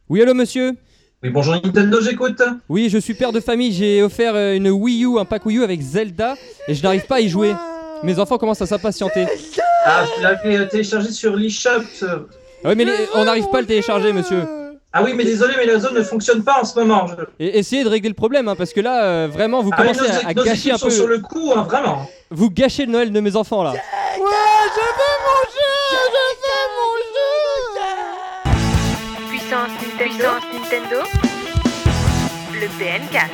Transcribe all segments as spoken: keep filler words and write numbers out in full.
Oui, allô monsieur? Oui, bonjour Nintendo, j'écoute. Oui, je suis père de famille, j'ai offert euh, une Wii U, un pack Wii U avec Zelda, et je n'arrive pas à y jouer. Mes enfants commencent à s'impatienter. Ah, tu l'as fait euh, télécharger sur l'eShop. ce- Ah oui, mais les- on n'arrive pas à le télécharger, monsieur. Ah oui, mais désolé, mais la zone ne fonctionne pas en ce moment. Je- Et essayez de régler le problème, hein, parce que là, euh, vraiment, vous Ah, mais commencez nos, à, à nos gâcher équipes un sont peu. sur le coup, hein, vraiment. Vous gâchez le Noël de mes enfants, là. Puissance Nintendo, Puissance Nintendo, le P N quatre.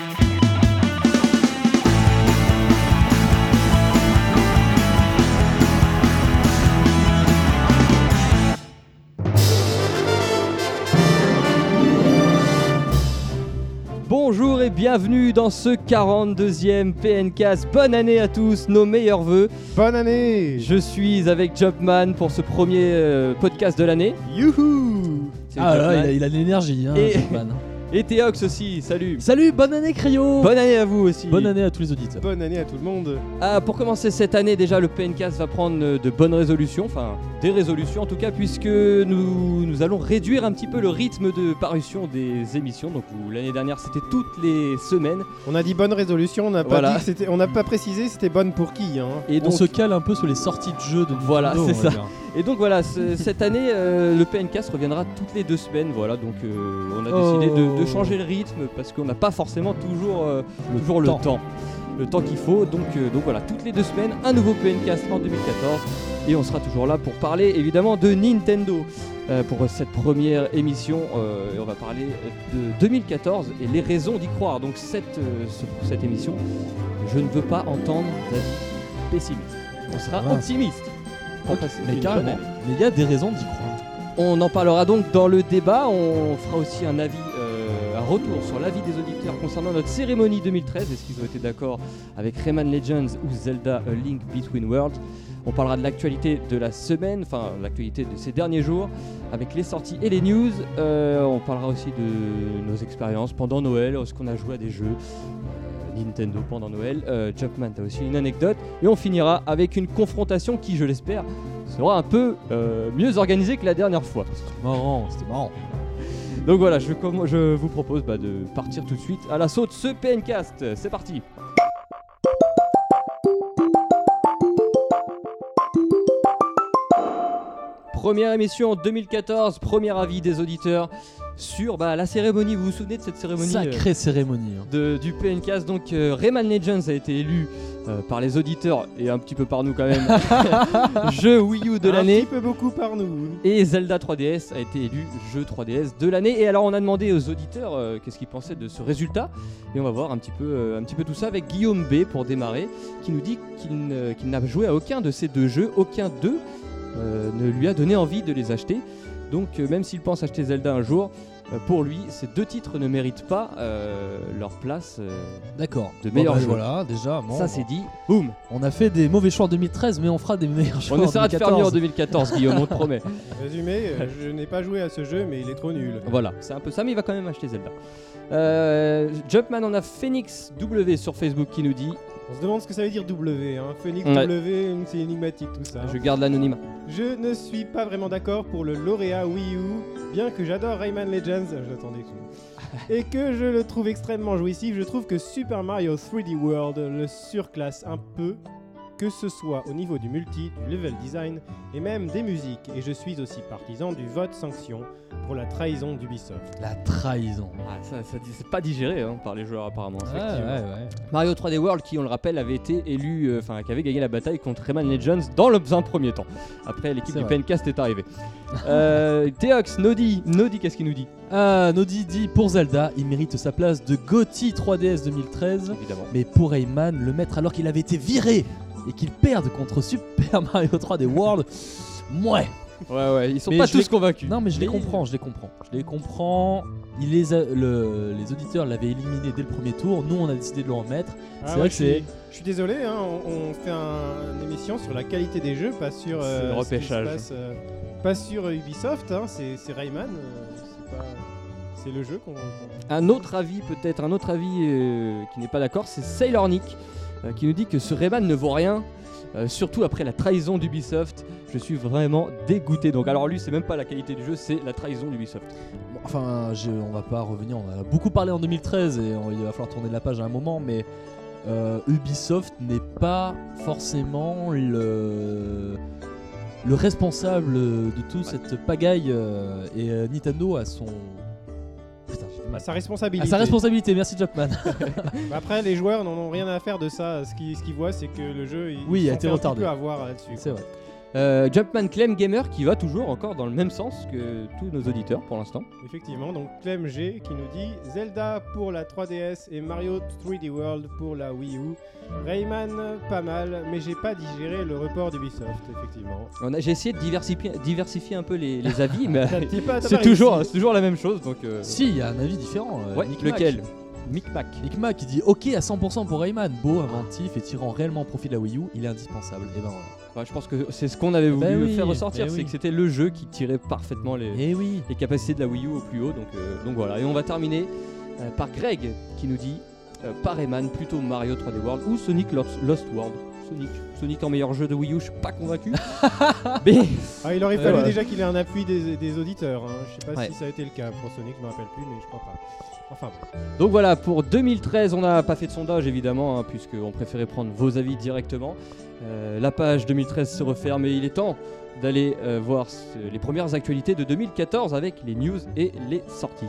Bonjour et bienvenue dans ce quarante-deuxième P N Cast. Bonne année à tous, nos meilleurs vœux. Bonne année. Je suis avec Jumpman pour ce premier euh, podcast de l'année. Youhou. C'est Ah là, Jumpman. il a, il a de l'énergie, hein, Et- Jumpman. Et Théox aussi, salut. Salut, bonne année Cryo. Bonne année à vous aussi. Bonne année à tous les auditeurs. Bonne année à tout le monde. Ah, pour commencer cette année, déjà, le P N Cast va prendre euh, de bonnes résolutions, enfin des résolutions en tout cas, puisque nous, nous allons réduire un petit peu le rythme de parution des émissions. Donc vous, l'année dernière, c'était toutes les semaines. On a dit bonne résolution, on n'a pas Voilà. dit que c'était, on n'a pas précisé c'était bonne pour qui. Hein. Et On donc, se cale un peu sur les sorties de jeux de Nintendo. Voilà, c'est on va ça. dire. et donc voilà, ce- cette année, euh, le P N Cast reviendra toutes les deux semaines. Voilà, donc euh, on a décidé de, de Oh. changer le rythme parce qu'on n'a pas forcément toujours, euh, Le toujours temps. le temps. Le temps qu'il faut. Donc, euh, donc voilà, toutes les deux semaines, un nouveau P N Cast en deux mille quatorze. Et on sera toujours là pour parler évidemment de Nintendo. Euh, pour cette première émission, euh, et on va parler de deux mille quatorze et les raisons d'y croire. Donc cette, euh, ce- cette émission, je ne veux pas entendre d'avis pessimistes. On sera Ah. optimiste. Pour passer Mais une carrément. bonne année. Mais il y a des raisons d'y croire. On en parlera donc dans le débat. On fera aussi un avis, euh, un retour sur l'avis des auditeurs concernant notre cérémonie deux mille treize. Est-ce qu'ils ont été d'accord avec Rayman Legends ou Zelda A Link Between Worlds? On parlera de l'actualité de la semaine, enfin l'actualité de ces derniers jours, avec les sorties et les news. Euh, on parlera aussi de nos expériences pendant Noël, est-ce qu'on a joué à des jeux euh, Nintendo pendant Noël. Euh, Jumpman, t'as aussi une anecdote. Et on finira avec une confrontation qui, je l'espère, sera un peu euh, mieux organisée que la dernière fois. C'était marrant, c'était marrant. Donc voilà, je, comm- je vous propose bah, de partir tout de suite à l'assaut de ce P N Cast. C'est parti. Première émission en deux mille quatorze, premier avis des auditeurs sur bah, la cérémonie. Vous vous souvenez de cette cérémonie euh, Sacrée cérémonie. hein. de- du P N Cast? Donc euh, Rayman Legends a été élu euh, par les auditeurs et un petit peu par nous quand même jeu Wii U de Un l'année. petit peu beaucoup par nous. Et Zelda trois D S a été élu jeu trois D S de l'année. Et alors on a demandé aux auditeurs euh, qu'est-ce qu'ils pensaient de ce résultat. Et on va voir un petit peu, euh, un petit peu tout ça avec Guillaume B pour démarrer, qui nous dit qu'il, ne- qu'il n'a joué à aucun de ces deux jeux. Aucun d'eux euh, ne lui a donné envie de les acheter. Donc euh, même s'il pense acheter Zelda un jour, euh, pour lui ces deux titres ne méritent pas euh, leur place. euh, D'accord. De Bon, meilleurs bah, jeux. Voilà, déjà. bon, ça c'est dit. Boum. On a fait des mauvais choix en deux mille treize, mais on fera des meilleurs choix On en essaiera de faire mieux en deux deux mille quatorze, Guillaume, on te promet. Résumé, euh, je n'ai pas joué à ce jeu mais il est trop nul. Voilà, c'est un peu ça, mais il va quand même acheter Zelda. Euh, Jumpman, on a Phoenix W sur Facebook qui nous dit On se demande ce que ça veut dire W. Hein. Phoenix Ouais. W, c'est énigmatique tout ça. je garde l'anonymat. Je ne suis pas vraiment d'accord pour le lauréat Wii U, bien que j'adore Rayman Legends, j'attendais tout, et que je le trouve extrêmement jouissif. Je trouve que Super Mario trois D World le surclasse un peu, que ce soit au niveau du multi, du level design et même des musiques. Et je suis aussi partisan du vote sanction pour la trahison d'Ubisoft. La trahison. Ah, ça, ça dit- c'est pas digéré hein, par les joueurs apparemment. Ouais, effectivement. ouais, ouais. Mario trois D World, qui on le rappelle avait été élu, euh, enfin qui avait gagné la bataille contre Rayman Legends dans le un premier temps. Après l'équipe C'est du vrai. P N Cast est arrivée. euh, Théox, Nodi, Nodi, qu'est-ce qu'il nous dit? Ah, Nodi dit pour Zelda, il mérite sa place de GOTY trois D S deux mille treize. Évidemment. Mais pour Rayman, le mettre alors qu'il avait été viré et qu'il perde contre Super Mario trois D World, mouais. Ouais, ouais, ils sont Mais pas je tous les- convaincus. Non, mais je les Mais- comprends, je les comprends. Je les comprends. Il les, a- le- les auditeurs l'avaient éliminé dès le premier tour. Nous, on a décidé de le remettre. C'est vrai que je c'est- suis- Je suis désolé, hein, on, on fait un- une émission sur la qualité des jeux, pas sur C'est le euh, ce qui se repêchage. passe, euh, pas sur Ubisoft. Hein, c'est c'est Rayman, euh, c'est pas- c'est le jeu qu'on. qu'on- Un autre avis, peut-être un autre avis euh, qui n'est pas d'accord, c'est Sailor Nick euh, qui nous dit que ce Rayman ne vaut rien, euh, surtout après la trahison d'Ubisoft. Je suis vraiment dégoûté. Donc alors lui, c'est même pas la qualité du jeu, c'est la trahison d'Ubisoft. Bon, enfin, je, on va pas revenir, on a beaucoup parlé en deux mille treize et on, il va falloir tourner la page à un moment, mais euh, Ubisoft n'est pas forcément le, le responsable de toute cette pagaille euh, et euh, Nintendo a son... Putain, j'ai du À mal. sa À responsabilité. sa responsabilité, merci Jumpman. Bah après, les joueurs n'en ont rien à faire de ça. Ce qu'ils, ce qu'ils voient, c'est que le jeu, il Oui, a s'en été fait retardé. un petit peu avoir là-dessus. C'est vrai. Euh, Jumpman Clem Gamer qui va toujours encore dans le même sens que tous nos auditeurs pour l'instant. Effectivement, donc Clem G qui nous dit Zelda pour la trois D S et Mario trois D World pour la Wii U. Rayman, pas mal, mais j'ai pas digéré le report d'Ubisoft, effectivement. On a, j'ai essayé de diversifier, diversifier un peu les, les avis, mais T'as- t'es pas- t'as c'est pas toujours, réussi. c'est toujours la même chose. Donc, euh, Si, il y a un avis différent. euh, ouais, Nick Mac. lequel Micmac. Nick Mac qui dit ok à cent pour cent pour Rayman, beau, inventif et tirant réellement profit de la Wii U, il est indispensable. Et ben voilà. Bah, je pense que c'est ce qu'on avait voulu Ben oui, faire ressortir, ben c'est oui. que c'était le jeu qui tirait parfaitement les, Et oui. les capacités de la Wii U au plus haut. Donc, euh, donc voilà. Et on va terminer euh, par Greg qui nous dit euh, pas Rayman, plutôt Mario trois D World ou Sonic Lost, Lost World. Sonic, Sonic en meilleur jeu de Wii U, je suis pas convaincu. Mais Ah, il aurait Euh, fallu ouais. déjà qu'il ait un appui des, des auditeurs. Hein. Je sais pas Ouais. si ça a été le cas pour Sonic, je me rappelle plus, mais je crois pas. Enfin bon. donc voilà, pour deux mille treize, on n'a pas fait de sondage évidemment, hein, puisqu'on préférait prendre vos avis directement. Euh, la page deux mille treize se referme et il est temps d'aller euh, voir ce- les premières actualités de deux mille quatorze avec les news et les sorties.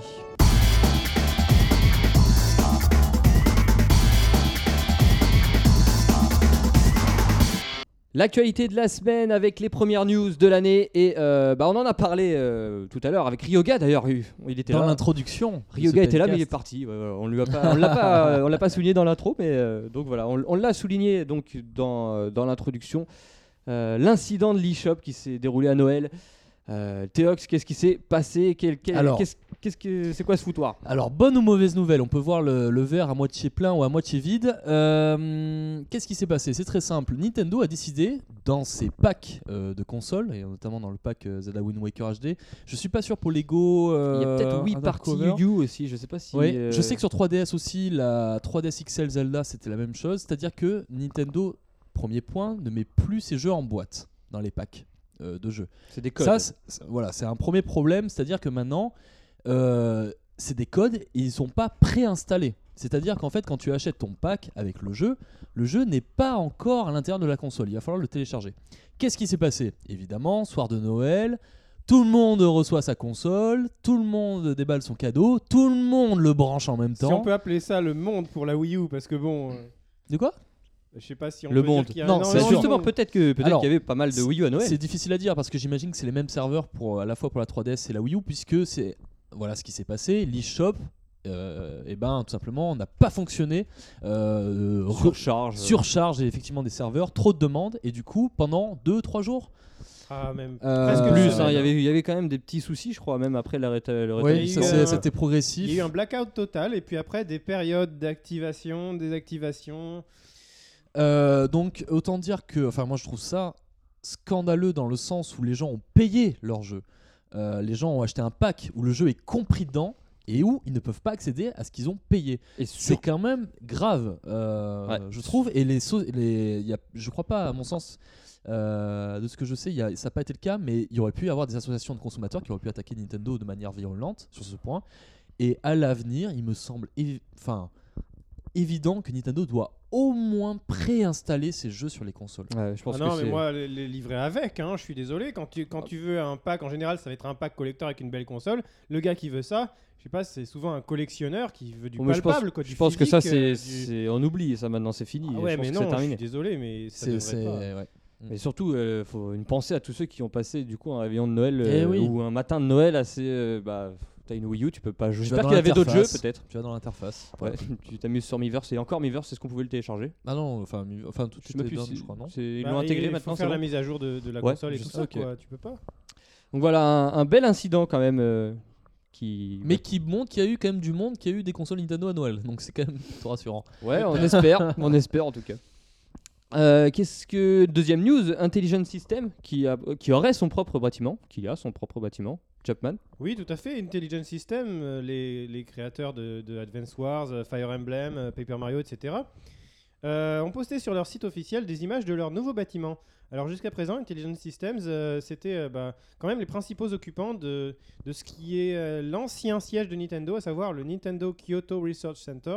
L'actualité de la semaine avec les premières news de l'année et euh, bah on en a parlé euh, tout à l'heure avec Ryoga d'ailleurs, il il était Dans là. l'introduction. de Ryuga ce était là mais il est podcast. parti. Ouais, voilà, on lui a pas, on l'a pas, euh, on l'a pas souligné dans l'intro, mais euh, donc voilà, on, on l'a souligné donc dans, euh, dans l'introduction. Euh, l'incident de l'eShop qui s'est déroulé à Noël. Euh, Théox, qu'est-ce qui s'est passé? Quel, quel- Alors. qu'est-ce, qu'est-ce que c'est quoi ce foutoir? Alors, bonne ou mauvaise nouvelle, on peut voir le, le verre à moitié plein ou à moitié vide. Euh, Qu'est-ce qui s'est passé? C'est très simple. Nintendo a décidé, dans ses packs euh, de consoles, et notamment dans le pack euh, Zelda Wind Waker H D, je suis pas sûr pour Lego. Euh, Il y a peut-être Wii Party Undercover. Yu Yu aussi, je sais pas si. Oui, euh, je sais que sur trois D S aussi, la trois D S X L Zelda c'était la même chose, c'est-à-dire que Nintendo, premier point, ne met plus ses jeux en boîte dans les packs euh, de jeux. c'est des codes. Ça, c'est- c'est- voilà, c'est un premier problème, c'est-à-dire que maintenant, euh, c'est des codes et ils sont pas préinstallés. C'est-à-dire qu'en fait, quand tu achètes ton pack avec le jeu, le jeu n'est pas encore à l'intérieur de la console. Il va falloir le télécharger. Qu'est-ce qui s'est passé? Évidemment, soir de Noël, tout le monde reçoit sa console, tout le monde déballe son cadeau, tout le monde le branche en même Si on temps. peut appeler ça le monde pour la Wii U, parce que bon, euh, De quoi? je sais pas si on Le peut monde. dire qu'il y a Non, énormément c'est Bah, de sûr. justement, monde. peut-être que peut-être Alors, qu'il y avait pas mal de Wii U à Noël. C'est difficile à dire parce que j'imagine que c'est les mêmes serveurs pour à la fois pour la trois D S et la Wii U, puisque c'est voilà ce qui s'est passé. L'eShop, euh, et ben tout simplement n'a pas fonctionné. Euh, re- Surcharge. surcharge effectivement des serveurs, trop de demandes et du coup pendant deux trois jours. Ah, même Euh, presque une Plus, semaine, hein, il y hein. avait il y avait quand même des petits soucis, je crois, même après la réta- le Oui, rétablissement. il y ça a eu c'est- un- c'était Il progressif. y a eu un blackout total et puis après des périodes d'activation, désactivation. Euh, donc autant dire que, enfin moi je trouve ça scandaleux dans le sens où les gens ont payé leur jeu. Euh, les gens ont acheté un pack où le jeu est compris dedans et où ils ne peuvent pas accéder à ce qu'ils ont payé. Et C'est sur- quand même grave, euh, Ouais. je trouve. Et les, so- les y a, je crois pas, à mon sens, euh, de ce que je sais, y a, ça n'a pas été le cas, mais il y aurait pu y avoir des associations de consommateurs qui auraient pu attaquer Nintendo de manière violente sur ce point. Et à l'avenir, il me semble, évi- enfin, évident que Nintendo doit au moins préinstaller ses jeux sur les consoles. Ouais, je pense Ah non, que mais c'est- moi, les, les livrer avec, hein, je suis désolé. Quand tu, quand tu veux un pack, en général, ça va être un pack collector avec une belle console. Le gars qui veut ça, je sais pas, c'est souvent un collectionneur qui veut du Bon, mais je pense, palpable. quoi, du je pense que ça, physique, c'est, euh, du- c'est- on oublie ça maintenant, c'est fini. Ah je ouais, pense mais que non, c'est je suis terminé. désolé, mais ça C'est, devrait c'est- pas. ouais. Mais surtout, il faut une pensée à tous ceux qui ont passé du coup un réveillon de Noël Eh euh, oui. ou un matin de Noël assez. euh, bah, t'as une Wii U, tu peux pas jouer. Tu vas J'espère dans qu'il y avait d'autres jeux l'interface. peut-être. Tu vas dans l'interface. Ouais, tu t'amuses sur Miiverse et encore Miiverse, c'est ce qu'on pouvait le télécharger. Ah non, enfin, mi- enfin tout Je sais est même plus done, si- je crois, non c'est- ils Bah, l'ont intégré il maintenant. faut faire c'est la bon. mise à jour de, de la Ouais, console et je tout sais, ça, ok. quoi. Tu peux pas. Donc voilà, un, un bel incident quand même euh, qui. Mais qui montre qu'il y a eu quand même du monde qui a eu des consoles Nintendo à Noël. Donc c'est quand même plutôt rassurant. Ouais, on espère, on espère en tout cas. Euh, qu'est-ce que deuxième news, Intelligent System qui a qui aurait son propre bâtiment, qui a son propre bâtiment, Chapman. Oui, tout à fait. Intelligent System, euh, les, les créateurs de, de Advance Wars, euh, Fire Emblem, euh, Paper Mario, et cetera, euh, ont posté sur leur site officiel des images de leur nouveau bâtiment. Alors jusqu'à présent, Intelligent Systems, euh, c'était euh, bah, quand même les principaux occupants de, de ce qui est euh, l'ancien siège de Nintendo, à savoir le Nintendo Kyoto Research Center.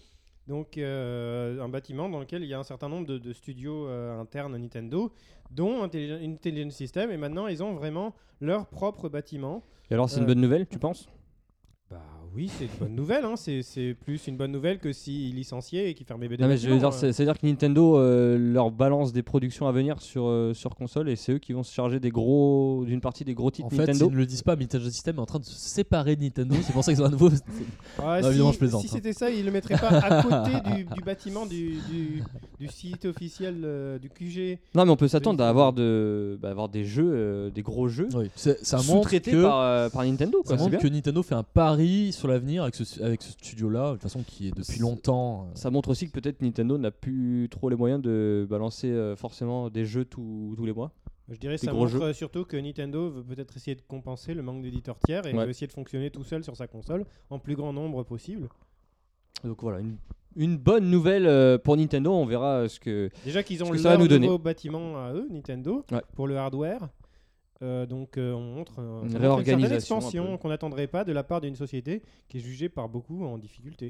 Donc euh, un bâtiment dans lequel il y a un certain nombre de, de studios euh, internes à Nintendo, dont Intelligent, Intelligent Systems, et maintenant ils ont vraiment leur propre bâtiment. Et alors, c'est une Euh, bonne nouvelle, tu penses? Bah oui, c'est une bonne nouvelle, hein. c'est, c'est plus une bonne nouvelle que s'ils licenciaient et qu'ils fermaient des Non, mais je veux bâtiments, dire, euh. c'est- c'est-à-dire que Nintendo euh, leur balance des productions à venir sur, euh, sur console et c'est eux qui vont se charger des gros, d'une partie des gros titres En fait, Nintendo. ils ne le disent pas, mais Nintendo System est en train de se séparer de Nintendo. C'est pour ça qu'ils ont un nouveau. Ah, Non, si, évidemment, je plaisante, si hein. c'était ça, ils le mettraient pas à côté du, du bâtiment du, du, du site officiel euh, du Q G. Non, mais on peut s'attendre Oui, à avoir, de, bah, avoir des jeux, euh, des gros jeux Oui, c'est- ça montre sous-traités que. par, euh, par Nintendo. Ça Quoi, c'est montre bien. que Nintendo fait un pari sur l'avenir avec ce, avec ce studio-là, de toute façon qui est depuis C'est- longtemps. euh, Ça montre aussi que peut-être Nintendo n'a plus trop les moyens de balancer euh, forcément des jeux tous tous les mois. Je dirais que Des ça gros montre jeux. euh, surtout que Nintendo veut peut-être essayer de compenser le manque d'éditeurs tiers et Ouais. veut essayer de fonctionner tout seul sur sa console en plus grand nombre possible. Donc voilà, une, une bonne nouvelle euh, pour Nintendo. On verra euh, ce que. Déjà qu'ils ont Ce que ça va leur nous donner. nouveau bâtiment à eux, Nintendo, Ouais. pour le hardware. Euh, donc euh, on montre euh, Une on montre réorganisation, certaine un expansion peu. qu'on n'attendrait pas de la part d'une société qui est jugée par beaucoup en difficulté.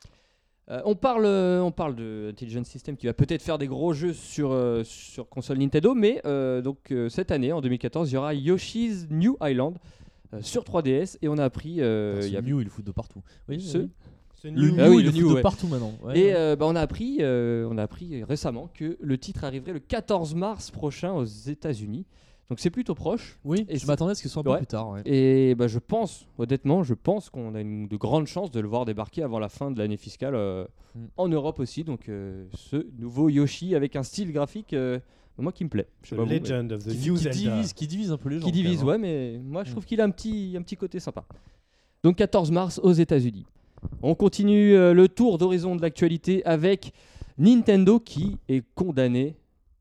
Euh, on, parle, euh, on parle de Intelligent System qui va peut-être faire des gros jeux sur, euh, sur console Nintendo, mais euh, donc euh, cette année, en deux mille quatorze, il y aura Yoshi's New Island euh, sur trois D S et on a appris. euh, enfin, il ce y a New, il le fout de partout. Oui, ce- oui. Ce Le New- New, Ah oui, il le le New, fout de ouais. partout maintenant. Ouais, Et ouais. euh, bah, on a appris, euh, on a appris récemment que le titre arriverait le quatorze mars prochain aux États-Unis. Donc c'est plutôt proche. Oui, et je c'est- m'attendais à ce que ce soit un peu Ouais. plus tard. Ouais. Et bah, je pense, honnêtement, je pense qu'on a une, de grandes chances de le voir débarquer avant la fin de l'année fiscale euh, Mm. en Europe aussi. Donc euh, ce nouveau Yoshi avec un style graphique, euh, moi qui me plaît. Je sais The pas vous, mais- Legend of the Qui, New qui Zelda. divise, qui divise un peu les gens. qui divise, quand même, ouais, mais moi je Mm. trouve qu'il a un petit, un petit côté sympa. Donc quatorze mars aux États-Unis. On continue euh, le tour d'horizon de l'actualité avec Nintendo qui est condamné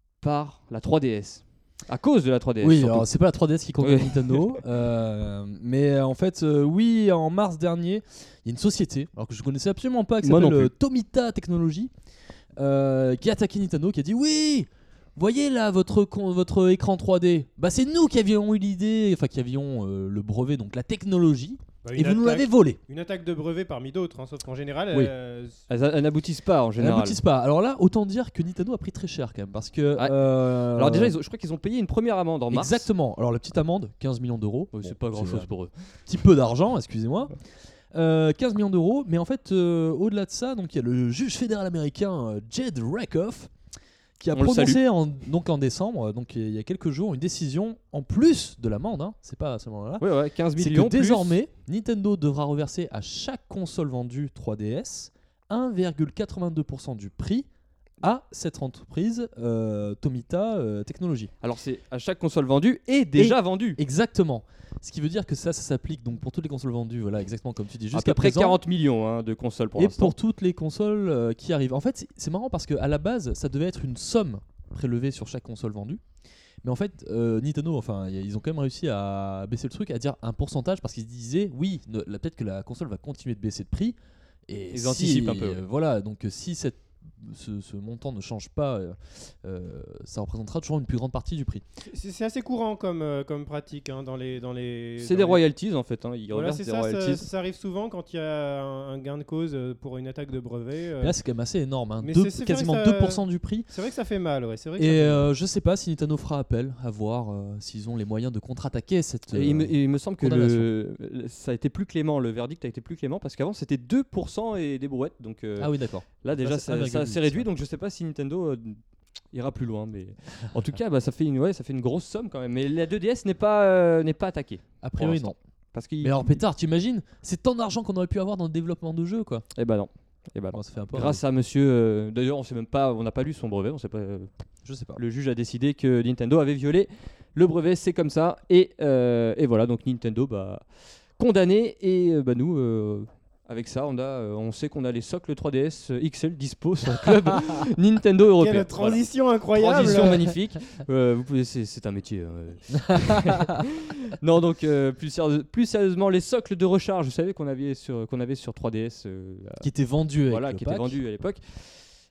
par la trois D S. À cause de la trois D S. Oui, surtout. alors c'est pas la trois D S qui condamne Oui. Nintendo, euh, mais euh, en fait, euh, oui, en mars dernier, il y a une société, alors que je connaissais absolument pas, qui Moi non s'appelle euh, plus. Tomita Technologies, euh, qui a attaqué Nintendo, qui a dit oui, voyez là votre con- votre écran trois D, bah c'est nous qui avions eu l'idée, enfin qui avions euh, le brevet, donc la technologie, Bah, et une vous nous attaque- l'avez volé. Une attaque de brevet parmi d'autres, hein, sauf qu'en général, Oui. euh, Elles, elles n'aboutissent pas en Elles général. n'aboutissent pas. Alors là, autant dire que Nintendo a pris très cher quand même, parce que. Ouais. euh, Alors déjà, ils ont- je crois qu'ils ont payé une première amende en mars. Exactement. Alors la petite amende, quinze millions d'euros. Oui, Bon, c'est pas grand chose un pour eux. petit peu d'argent, excusez-moi. Euh, quinze millions d'euros, mais en fait, euh, au-delà de ça, donc il y a le juge fédéral américain euh, Jed Rakoff qui a On le prononcé en, donc en décembre, donc il y a quelques jours, une décision en plus de l'amende. Hein, c'est pas seulement là. Ouais, ouais, quinze C'est millions. que désormais, Nintendo devra reverser à chaque console vendue trois D S un virgule quatre-vingt-deux pour cent du prix à cette entreprise euh, Tomita euh, Technologies. Plus. Alors c'est à chaque console vendue et déjà vendue. Exactement. Ce qui veut dire que ça, ça s'applique donc pour toutes les consoles vendues, voilà, exactement comme tu dis, À jusqu'à peu près présent. quarante millions hein, de consoles pour et l'instant. pour toutes les consoles euh, qui arrivent. En fait, c'est- c'est marrant parce qu'à la base, ça devait être une somme prélevée sur chaque console vendue. Mais en fait, euh, Nintendo, enfin, y a- ils ont quand même réussi à baisser le truc, à dire un pourcentage parce qu'ils se disaient, oui, ne- là, peut-être que la console va continuer de baisser de prix. Et Ils si- anticipent un peu, euh, ouais. voilà, donc euh, si cette, ce, ce montant ne change pas, euh, euh, ça représentera toujours une plus grande partie du prix. c'est c'est assez courant comme, euh, comme pratique hein, dans les. Dans les C'est dans des les- royalties en fait. Hein. Ils Voilà, reversent c'est des ça, ça, royalties. ça arrive souvent quand il y a un, un gain de cause euh, pour une attaque de brevet. euh. Mais là, c'est quand même assez énorme, hein. Mais Deux- c'est- c'est vrai quasiment que ça- deux pour cent du prix. C'est vrai que ça fait mal, ouais. C'est vrai que ça Et fait mal. euh, je sais pas si Nintendo fera appel, à voir euh, s'ils ont les moyens de contre-attaquer cette. Et il, me, euh, il me semble que condamnation. le, le- ça a été plus clément, le verdict a été plus clément parce qu'avant c'était deux pour cent et des brouettes. Donc euh, Ah oui, d'accord. là déjà Là, c'est ça, un virgule ça huit, s'est réduit. ouais. Donc je sais pas si Nintendo euh, ira plus loin. Mais en tout cas, bah, ça, fait une, ouais, ça fait une grosse somme quand même. Mais la deux D S n'est pas, euh, n'est pas attaquée. A priori, l'instant. non. Parce qu'il... Mais alors, pétard, t'imagines? C'est tant d'argent qu'on aurait pu avoir dans le développement de jeux, quoi. Eh bah non. Eh bah non. Bon, ça fait un peu. Grâce à monsieur. euh, D'ailleurs, on sait même pas, on n'a pas lu son brevet. On sait pas. euh, Je sais pas. Le juge a décidé que Nintendo avait violé le brevet. C'est comme ça. Et, euh, et voilà. Donc Nintendo, bah, condamné. Et euh, bah nous. euh, Avec ça, on, a, euh, on sait qu'on a les socles trois D S X L dispo sur le club Nintendo européen. Quelle transition incroyable. Transition magnifique. Euh, vous pouvez, c'est, c'est un métier. hein. non, donc euh, plus, sérieux- plus sérieusement, les socles de recharge, vous savez qu'on avait sur, qu'on avait sur trois D S, euh, Qui était vendu avec voilà, le qui pack. étaient vendus à l'époque.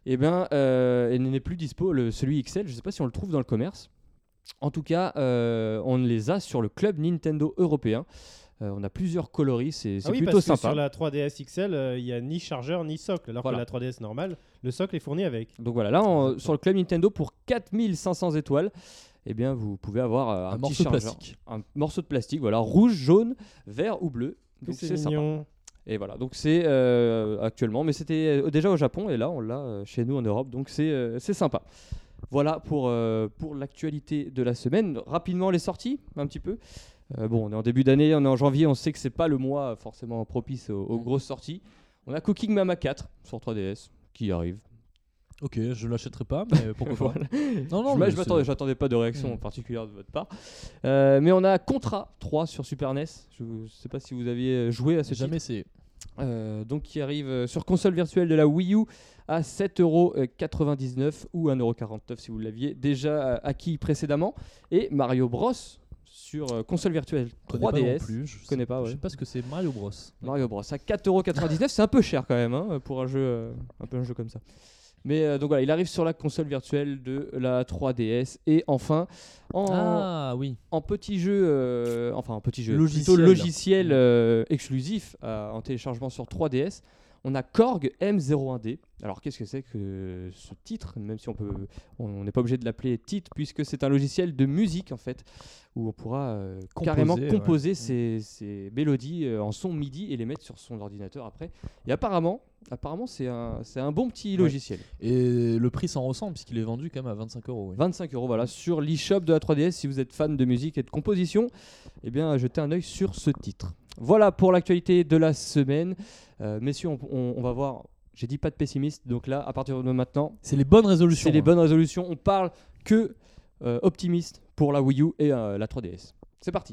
eh ben, euh, il n'est plus dispo, le, celui X L. Je ne sais pas si on le trouve dans le commerce. En tout cas, euh, on les a sur le club Nintendo européen. Euh, on a plusieurs coloris, c'est, c'est Ah oui, plutôt parce que sympa. sur la trois D S X L, il euh, n'y a ni chargeur ni socle, alors Voilà. que la trois D S normale, le socle est fourni avec. Donc voilà, là, on- sur le club Nintendo, pour quatre mille cinq cents étoiles, eh bien, vous pouvez avoir euh, un, Un petit morceau de chargeur. plastique. Un morceau de plastique, voilà, rouge, jaune, vert ou bleu. Que Donc c'est c'est sympa. mignon. Et voilà, donc c'est euh, actuellement, mais c'était euh, déjà au Japon et là on l'a euh, chez nous en Europe, donc c'est euh, c'est sympa. Voilà pour, euh, pour l'actualité de la semaine. Rapidement les sorties, un petit peu. Euh, bon, on est en début d'année, on est en janvier, on sait que c'est pas le mois forcément propice aux, aux grosses sorties. On a Cooking Mama quatre sur trois D S qui arrive. Ok, je l'achèterai pas, mais pourquoi pas. Non, non, je mais je c'est- m'attendais, j'attendais pas de réaction Mm. particulière de votre part. Euh, mais on a Contra trois sur Super N E S. Je ne sais pas si vous aviez joué à ce J'ai jamais titre. essayé. Euh, donc qui arrive euh, sur console virtuelle de la Wii U à sept euros quatre-vingt-dix-neuf ou un euro quarante-neuf si vous l'aviez déjà euh, acquis précédemment. Et Mario Bros sur euh, console virtuelle Je connais pas non trois D S. plus, je connais sais- pas, ouais. Je sais pas ce que c'est Mario Bros. Mario Bros à quatre euros quatre-vingt-dix-neuf, c'est un peu cher quand même hein, pour un jeu, euh, un peu un jeu comme ça. Mais euh, donc voilà, il arrive sur la console virtuelle de la trois D S et enfin en, Ah oui. en petit jeu, euh, enfin en petit jeu, Logiciel. plutôt logiciel euh, exclusif euh, en téléchargement sur trois D S. On a Korg M zéro un D. Alors qu'est-ce que c'est que ce titre, même si on peut, on n'est pas obligé de l'appeler titre puisque c'est un logiciel de musique en fait, où on pourra euh, Composer, carrément ouais. composer Mm. ses, ses mélodies euh, en son MIDI et les mettre sur son ordinateur après. Et apparemment, apparemment c'est un, c'est un bon petit Ouais. logiciel. Et le prix s'en ressent puisqu'il est vendu quand même à vingt-cinq euros. oui. vingt-cinq euros voilà, sur l'eShop de la trois D S. Si vous êtes fan de musique et de composition, eh bien, jetez un œil sur ce titre. Voilà pour l'actualité de la semaine. Euh, messieurs, on, on- on va voir. J'ai dit pas de pessimiste, donc là, à partir de maintenant, C'est les bonnes résolutions. c'est les hein. bonnes résolutions. On parle que euh, optimiste pour la Wii U et euh, la trois D S. C'est parti.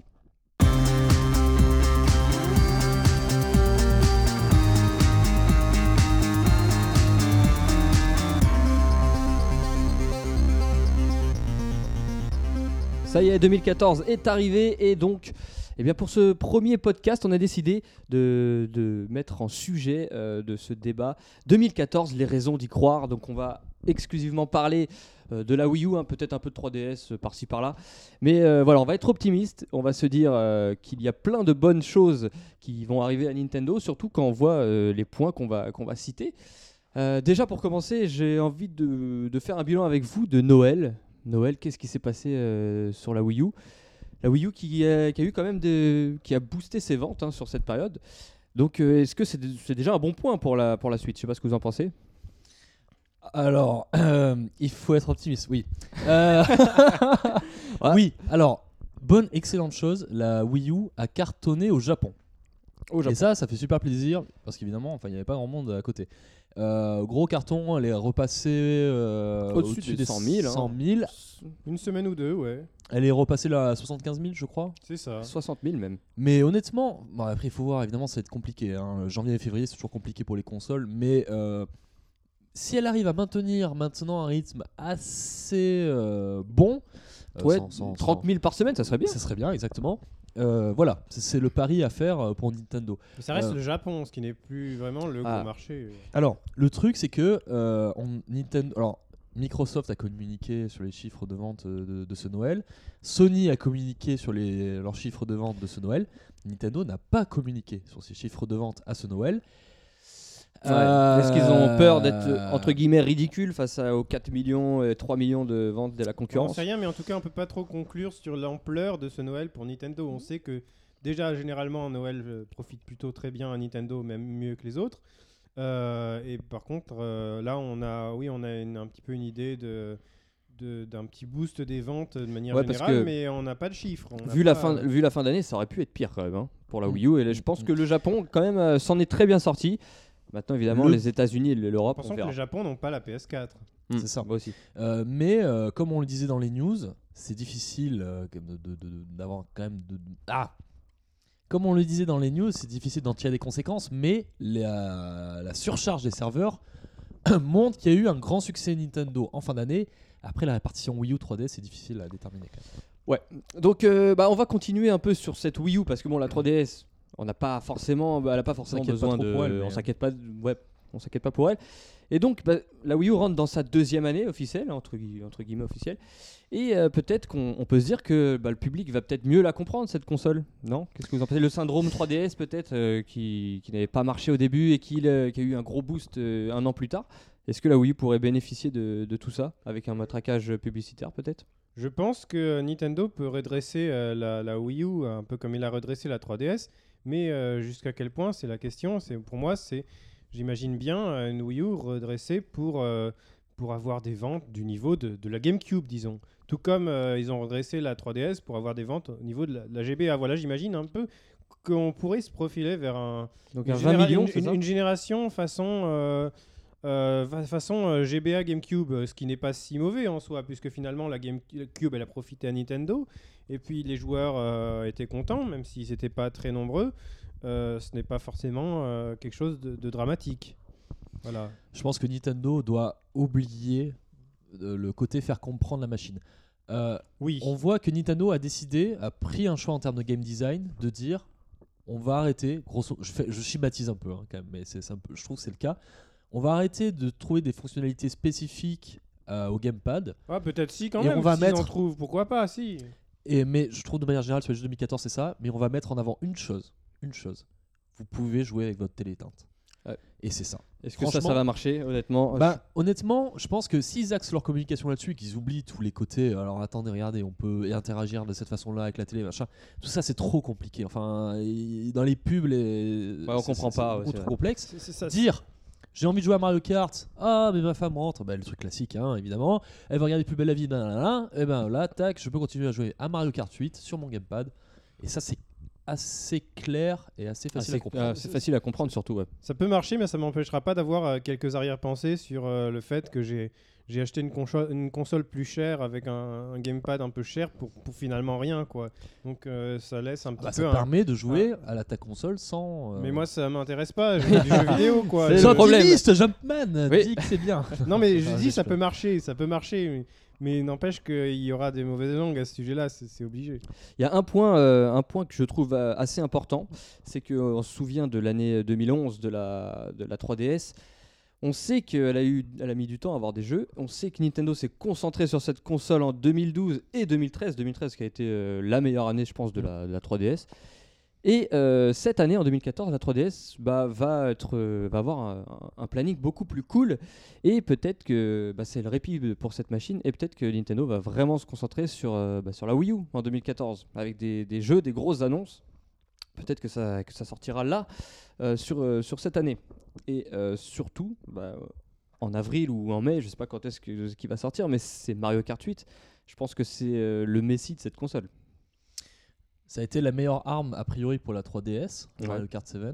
Ça y est, deux mille quatorze est arrivé et donc, eh bien pour ce premier podcast, on a décidé de, de mettre en sujet euh, de ce débat deux mille quatorze, les raisons d'y croire. Donc on va exclusivement parler euh, de la Wii U, hein, peut-être un peu de trois D S euh, par-ci par-là. Mais euh, voilà, on va être optimiste. On va se dire euh, qu'il y a plein de bonnes choses qui vont arriver à Nintendo, surtout quand on voit euh, les points qu'on va, qu'on va citer. Euh, déjà pour commencer, j'ai envie de, de faire un bilan avec vous de Noël. Noël, qu'est-ce qui s'est passé euh, sur la Wii U? La Wii U qui a, qui a eu quand même des, qui a boosté ses ventes hein, sur cette période. Donc euh, est-ce que c'est, c'est déjà un bon point pour la, pour la suite? Je sais pas ce que vous en pensez. Alors, euh, il faut être optimiste, oui. Euh, Ouais. Oui, alors, bonne, excellente chose, la Wii U a cartonné au Japon. Au Japon. Et ça, ça fait super plaisir, parce qu'évidemment, enfin, il n'y avait pas grand monde à côté. Euh, gros carton, elle est repassée euh, Au-dessus des cent mille, hein. cent mille. Une semaine ou deux, ouais. Elle est repassée là à soixante-quinze mille, je crois. C'est ça. soixante mille même. Mais honnêtement, bon, après il faut voir, évidemment ça va être compliqué. Hein. Janvier et février c'est toujours compliqué pour les consoles, mais euh, si elle arrive à maintenir maintenant un rythme assez euh, bon, euh, Ouais, sans- sans- trente mille par semaine, ça serait bien. ça serait bien, exactement. Euh, voilà, c'est, c'est le pari à faire euh, pour Nintendo. Mais ça reste Euh, le Japon, ce qui n'est plus vraiment le Ah. gros marché. Alors, le truc c'est que euh, on- Nintendo, alors Microsoft a communiqué sur les chiffres de vente euh, de, de ce Noël. Sony a communiqué sur les, leurs chiffres de vente de ce Noël. Nintendo n'a pas communiqué sur ses chiffres de vente à ce Noël. Ouais. Euh, Est-ce qu'ils ont peur d'être euh, entre guillemets ridicules face à- aux quatre millions et trois millions de ventes de la On concurrence? sait rien, mais en tout cas, on peut pas trop conclure sur l'ampleur de ce Noël pour Nintendo. On sait que déjà, généralement, Noël euh, profite plutôt très bien à Nintendo, même mieux que les autres. Euh, et par contre, euh, là, on a, oui, on a une- un petit peu une idée de, de- d'un petit boost des ventes de manière Ouais, parce générale, que mais on n'a pas de chiffres. On n'a Vu la, pas- fin, vu la fin d'année, ça aurait pu être pire quand même hein, pour la Mm. Wii U. Et là, je pense que le Japon, quand même, euh, s'en est très bien sorti. Maintenant, évidemment, Le- les États-Unis et l'Europe, on Pensons que verra. le Japon n'ont pas la P S quatre. Mm, C'est ça. Moi aussi. Euh, mais euh, comme on le disait dans les news, c'est difficile euh, de- de- de- d'avoir quand même de, ah comme on le disait dans les news, c'est difficile d'en tirer des conséquences, mais la, la surcharge des serveurs montre qu'il y a eu un grand succès Nintendo en fin d'année. Après la répartition Wii U trois D, c'est difficile à déterminer quand même. Donc, euh, bah, on va continuer un peu sur cette Wii U parce que bon, la trois D S, on n'a pas forcément, bah, elle n'a pas forcément s'inquiète pas besoin trop de. pour elle, mais- on s'inquiète pas. Ouais, on s'inquiète pas pour elle. Et donc, bah, la Wii U rentre dans sa deuxième année officielle, entre, gui- entre guillemets officielle, et euh, peut-être qu'on on peut se dire que bah, le public va peut-être mieux la comprendre, cette console, non? Qu'est-ce que vous en pensez? Le syndrome trois D S peut-être, euh, qui, qui n'avait pas marché au début et qui, euh, qui a eu un gros boost euh, un an plus tard. Est-ce que la Wii U pourrait bénéficier de, de tout ça, avec un matraquage publicitaire peut-être? Je pense que Nintendo peut redresser euh, la, la Wii U un peu comme il a redressé la trois D S, mais euh, jusqu'à quel point, c'est la question. C'est, pour moi, c'est, j'imagine bien euh, une Wii U redressée pour, euh, pour avoir des ventes du niveau de, de la GameCube, disons. Tout comme euh, ils ont redressé la trois D S pour avoir des ventes au niveau de la, de la G B A. Voilà, j'imagine un peu qu'on pourrait se profiler vers un, Donc une, un vingt généra- millions, une- c'est une- ça? une génération façon... euh, Euh, fa- façon euh, G B A GameCube, euh, ce qui n'est pas si mauvais en soi, puisque finalement la GameCube elle a profité à Nintendo, et puis les joueurs euh, étaient contents, même s'ils n'étaient pas très nombreux. Euh, ce n'est pas forcément euh, quelque chose de, de dramatique. Voilà. Je pense que Nintendo doit oublier euh, le côté faire comprendre la machine. Euh, Oui. on voit que Nintendo a décidé, a pris un choix en termes de game design, de dire on va arrêter, grosso, je, fais, je schématise un peu hein, quand même, mais c'est, c'est un peu, je trouve que c'est le cas. On va arrêter de trouver des fonctionnalités spécifiques euh, au gamepad. Ah, peut-être si quand Et même. on va s'ils en mettre- trouvent, pourquoi pas, si. Et, mais je trouve de manière générale sur les jeux deux mille quatorze c'est ça, mais on va mettre en avant une chose, une chose. Vous pouvez jouer avec votre télé éteinte. Ouais. Et c'est ça. Est-ce que ça, ça Franchement- va marcher, honnêtement? Bah, honnêtement, je pense que s'ils axent leur communication là-dessus et qu'ils oublient tous les côtés, alors attendez, regardez, on peut interagir de cette façon-là avec la télé, machin, tout ça c'est trop compliqué. Enfin, et dans les pubs, les... Ouais, on c'est- comprend c'est- pas, c'est ouais, beaucoup c'est trop vrai. complexe. C'est, c'est ça. Dire, j'ai envie de jouer à Mario Kart, ah, mais ma femme rentre, bah, le truc classique, hein, évidemment, elle va regarder Plus belle la vie, et ben là, tac, je peux continuer à jouer à Mario Kart huit sur mon gamepad, et ça c'est assez clair et assez Ah, facile c'est à comprendre. ah, c'est facile à comprendre surtout, ouais. Ça peut marcher, mais ça m'empêchera pas d'avoir euh, quelques arrière-pensées sur euh, le fait que j'ai, j'ai acheté une, concho- une console plus chère avec un, un gamepad un peu cher pour, pour finalement rien, quoi. Donc euh, ça laisse un Ah petit bah, peu ça un- permet de jouer à la ta console sans. euh, Mais moi, ça m'intéresse pas. Je veux du jeu vidéo, quoi. C'est Je- le problème. Optimiste, Jumpman, Oui. dit que c'est bien. Non, mais je Ah, dis, je ça peux. peut marcher, ça peut marcher. Mais, mais n'empêche qu'il y aura des mauvaises langues à ce sujet-là, c'est, c'est obligé. Il y a un point, euh, un point que je trouve euh, assez important, c'est qu'on se souvient de l'année deux mille onze de la, de la trois D S. On sait qu'elle a, eu, elle a mis du temps à avoir des jeux. On sait que Nintendo s'est concentré sur cette console en deux mille douze et deux mille treize. deux mille treize qui a été euh, la meilleure année, je pense, de la, de la trois D S. Et euh, cette année, en deux mille quatorze, la trois D S bah, va, être, euh, va avoir un, un planning beaucoup plus cool. Et peut-être que bah, c'est le répit pour cette machine. Et peut-être que Nintendo va vraiment se concentrer sur, euh, bah, sur la Wii U en deux mille quatorze. Avec des, des jeux, des grosses annonces. Peut-être que ça, que ça sortira là, euh, sur, euh, sur cette année. Et euh, surtout, bah, en avril ou en mai, je sais pas quand est-ce que, qu'il va sortir, mais c'est Mario Kart huit. Je pense que c'est euh, le messie de cette console. Ça a été la meilleure arme a priori pour la trois D S, Ouais. Mario Kart sept.